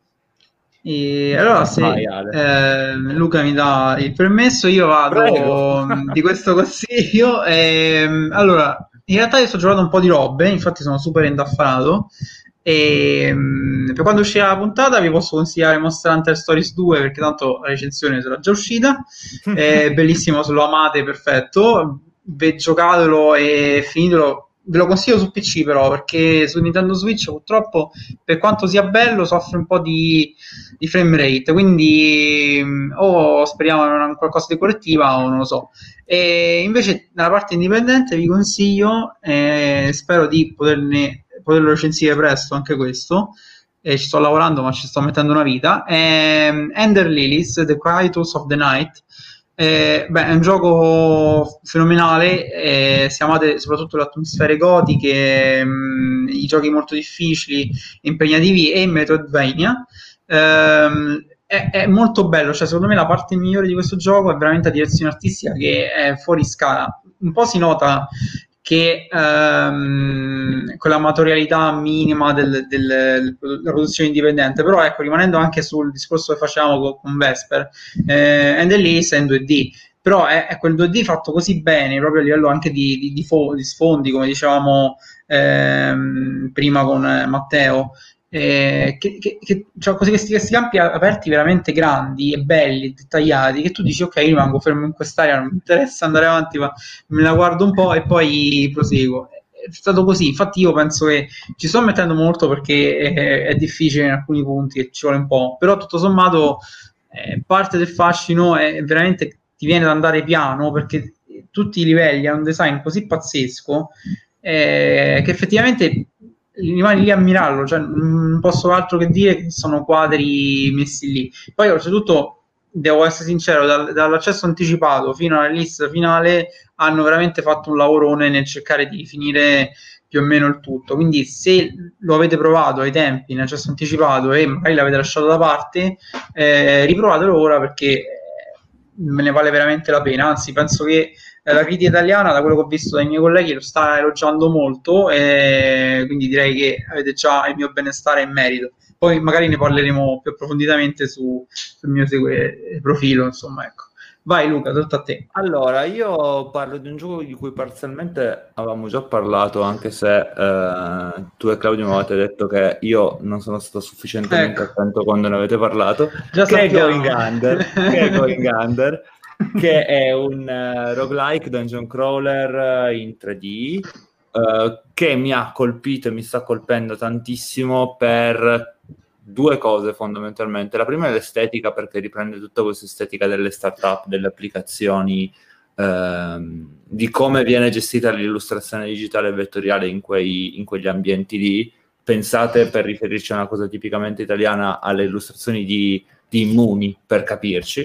S3: E allora se
S1: Vai,
S3: eh, Luca mi dà il permesso, io vado
S1: Prego.
S3: di questo consiglio. E, allora, in realtà io sto giocando un po' di robe, infatti sono super indaffarato. E per quando uscirà la puntata vi posso consigliare Monster Hunter Stories due, perché tanto la recensione sarà già uscita. È bellissimo, se lo amate, perfetto. Ve, giocatelo e finitelo. Ve lo consiglio su P C però, perché su Nintendo Switch purtroppo, per quanto sia bello, soffre un po' di, di frame rate, quindi o speriamo in una, qualcosa di correttiva o non lo so. E invece nella parte indipendente vi consiglio, eh, spero di poterne, poterlo recensire presto anche questo, eh, ci sto lavorando ma ci sto mettendo una vita, eh, Ender Lilies, The Crytos of the Night. Eh, beh, è un gioco fenomenale, eh, se amate soprattutto le atmosfere gotiche, mh, i giochi molto difficili, impegnativi e Metroidvania. Ehm, è, è molto bello, cioè secondo me la parte migliore di questo gioco è veramente la direzione artistica, che è fuori scala. Un po' si nota che ehm, con l'amatorialità minima del, del, della produzione indipendente, però ecco, rimanendo anche sul discorso che facciamo con, con Vesper, eh, and the Lease è in due D, però è, è quel due D fatto così bene, proprio a livello anche di, di, di, fo- di sfondi, come dicevamo ehm, prima con Matteo, eh, che, che, che cioè, così questi, questi campi aperti veramente grandi e belli, dettagliati, che tu dici ok, io rimango fermo in quest'area, non mi interessa andare avanti, ma me la guardo un po' e poi proseguo. È stato così, infatti io penso che ci sto mettendo molto perché è, è difficile in alcuni punti e ci vuole un po', però tutto sommato eh, parte del fascino è veramente ti viene da andare piano perché tutti i livelli hanno un design così pazzesco eh, che effettivamente rimani lì a ammirarlo, cioè non posso altro che dire che sono quadri messi lì. Poi oltretutto devo essere sincero, dal, dall'accesso anticipato fino alla lista finale hanno veramente fatto un lavorone nel cercare di finire più o meno il tutto, quindi se lo avete provato ai tempi in accesso anticipato e magari l'avete lasciato da parte, eh, riprovatelo ora perché me ne vale veramente la pena, anzi penso che eh, la critica italiana, da quello che ho visto dai miei colleghi, lo sta elogiando molto e quindi direi che avete già il mio benestare in merito. Poi magari ne parleremo più approfonditamente su, sul mio segue, profilo, insomma, ecco. Vai Luca, tutto a te.
S1: Allora, io parlo di un gioco di cui parzialmente avevamo già parlato, anche se eh, tu e Claudio mi avete detto che io non sono stato sufficientemente
S3: Ecco.
S1: attento quando ne avete parlato.
S3: Già
S1: che, è
S3: sappiamo.
S1: Going Under, che è Going Under, che è un uh, roguelike dungeon crawler in tre D, uh, che mi ha colpito e mi sta colpendo tantissimo per due cose fondamentalmente. La prima è l'estetica, perché riprende tutta questa estetica delle startup, delle applicazioni, ehm, di come viene gestita l'illustrazione digitale e vettoriale in, quei, in quegli ambienti lì. Pensate, per riferirci a una cosa tipicamente italiana, alle illustrazioni di, di Immuni, per capirci,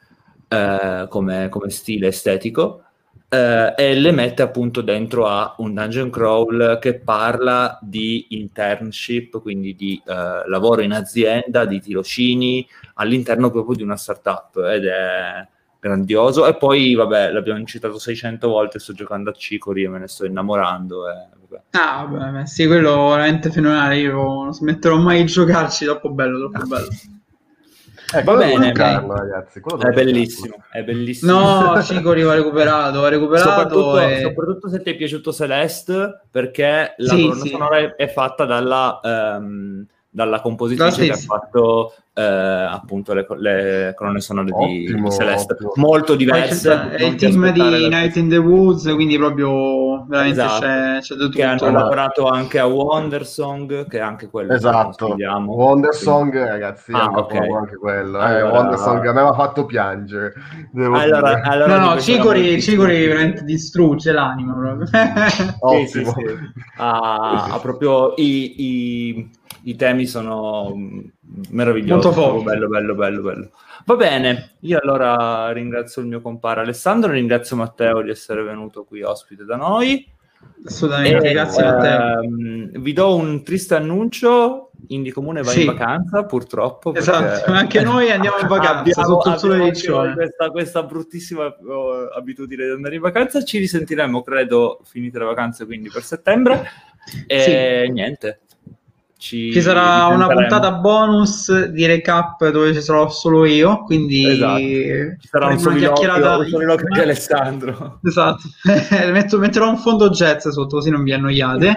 S1: eh, come, come stile estetico. Uh, e le mette appunto dentro a un dungeon crawl che parla di internship, quindi di uh, lavoro in azienda, di tirocini all'interno proprio di una startup, ed è grandioso. E poi vabbè, l'abbiamo citato seicento volte, sto giocando a Cicori e me ne sto innamorando e, vabbè.
S3: Ah vabbè, sì, quello veramente fenomenale, io non smetterò mai di giocarci, troppo bello, troppo bello.
S2: Eh,
S1: Va bene,
S2: giocarlo, ragazzi.
S1: È bellissimo, è bellissimo.
S3: No, Cicori va recuperato, va recuperato.
S1: Soprattutto,
S3: e...
S1: soprattutto se ti è piaciuto Celeste, perché la
S3: sì,
S1: colonna
S3: sì.
S1: sonora è fatta dalla, um, dalla compositrice che ha fatto eh, appunto le, le colonne sonore di,
S2: ottimo,
S1: di Celeste,
S2: ottimo.
S1: molto diverse.
S3: È il team di Night in the Woods, quindi proprio veramente
S1: esatto.
S3: c'è, c'è tutto.
S1: Che hanno lavorato anche a Wondersong, che è anche quello
S2: esatto.
S1: che
S2: Wondersong, ragazzi,
S1: ah,
S2: è
S1: okay.
S2: anche quello.
S1: Allora...
S2: Eh, Wondersong a me mi ha fatto piangere.
S1: Allora, allora
S3: no, no, Cicori, Cicori veramente distrugge l'anima proprio.
S1: Sì, sì, sì. Ha, ha proprio i, i, i temi sono meravigliosi.
S3: Molto forti.
S1: Bello, bello, bello, bello. Va bene, io allora ringrazio il mio compare Alessandro, ringrazio Matteo di essere venuto qui ospite da noi.
S3: Assolutamente,
S1: e,
S3: grazie a te.
S1: Ehm, vi do un triste annuncio: Indicomune va sì. in vacanza, purtroppo.
S3: Esatto, anche noi andiamo in vacanza
S1: abbiamo,
S3: sotto il sole di Cione.
S1: Questa, questa bruttissima uh, abitudine di andare in vacanza. Ci risentiremo, credo, finite le vacanze, quindi per settembre. E sì. niente. Ci,
S3: ci sarà una puntata bonus di recap dove ci sarò solo io, quindi
S1: esatto. Ci sarà un soliloquio di Alessandro.
S3: Esatto. Metto, metterò un fondo jazz sotto così non vi annoiate.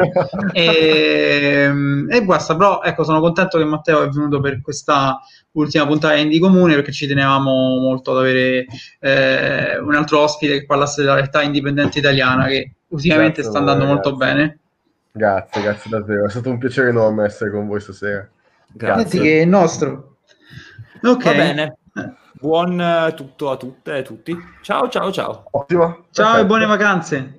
S3: e, e basta, però ecco, sono contento che Matteo è venuto per questa ultima puntata di Indicomune, perché ci tenevamo molto ad avere eh, un altro ospite che parlasse della realtà indipendente italiana, che ultimamente grazie sta andando voi, molto grazie. bene.
S2: Grazie, grazie davvero, è stato un piacere enorme essere con voi stasera.
S3: Grazie. Che è nostro.
S1: Ok. Va bene. Buon tutto a tutte e tutti. Ciao, ciao, ciao.
S2: Ottimo.
S3: Ciao Perfetto. E buone vacanze.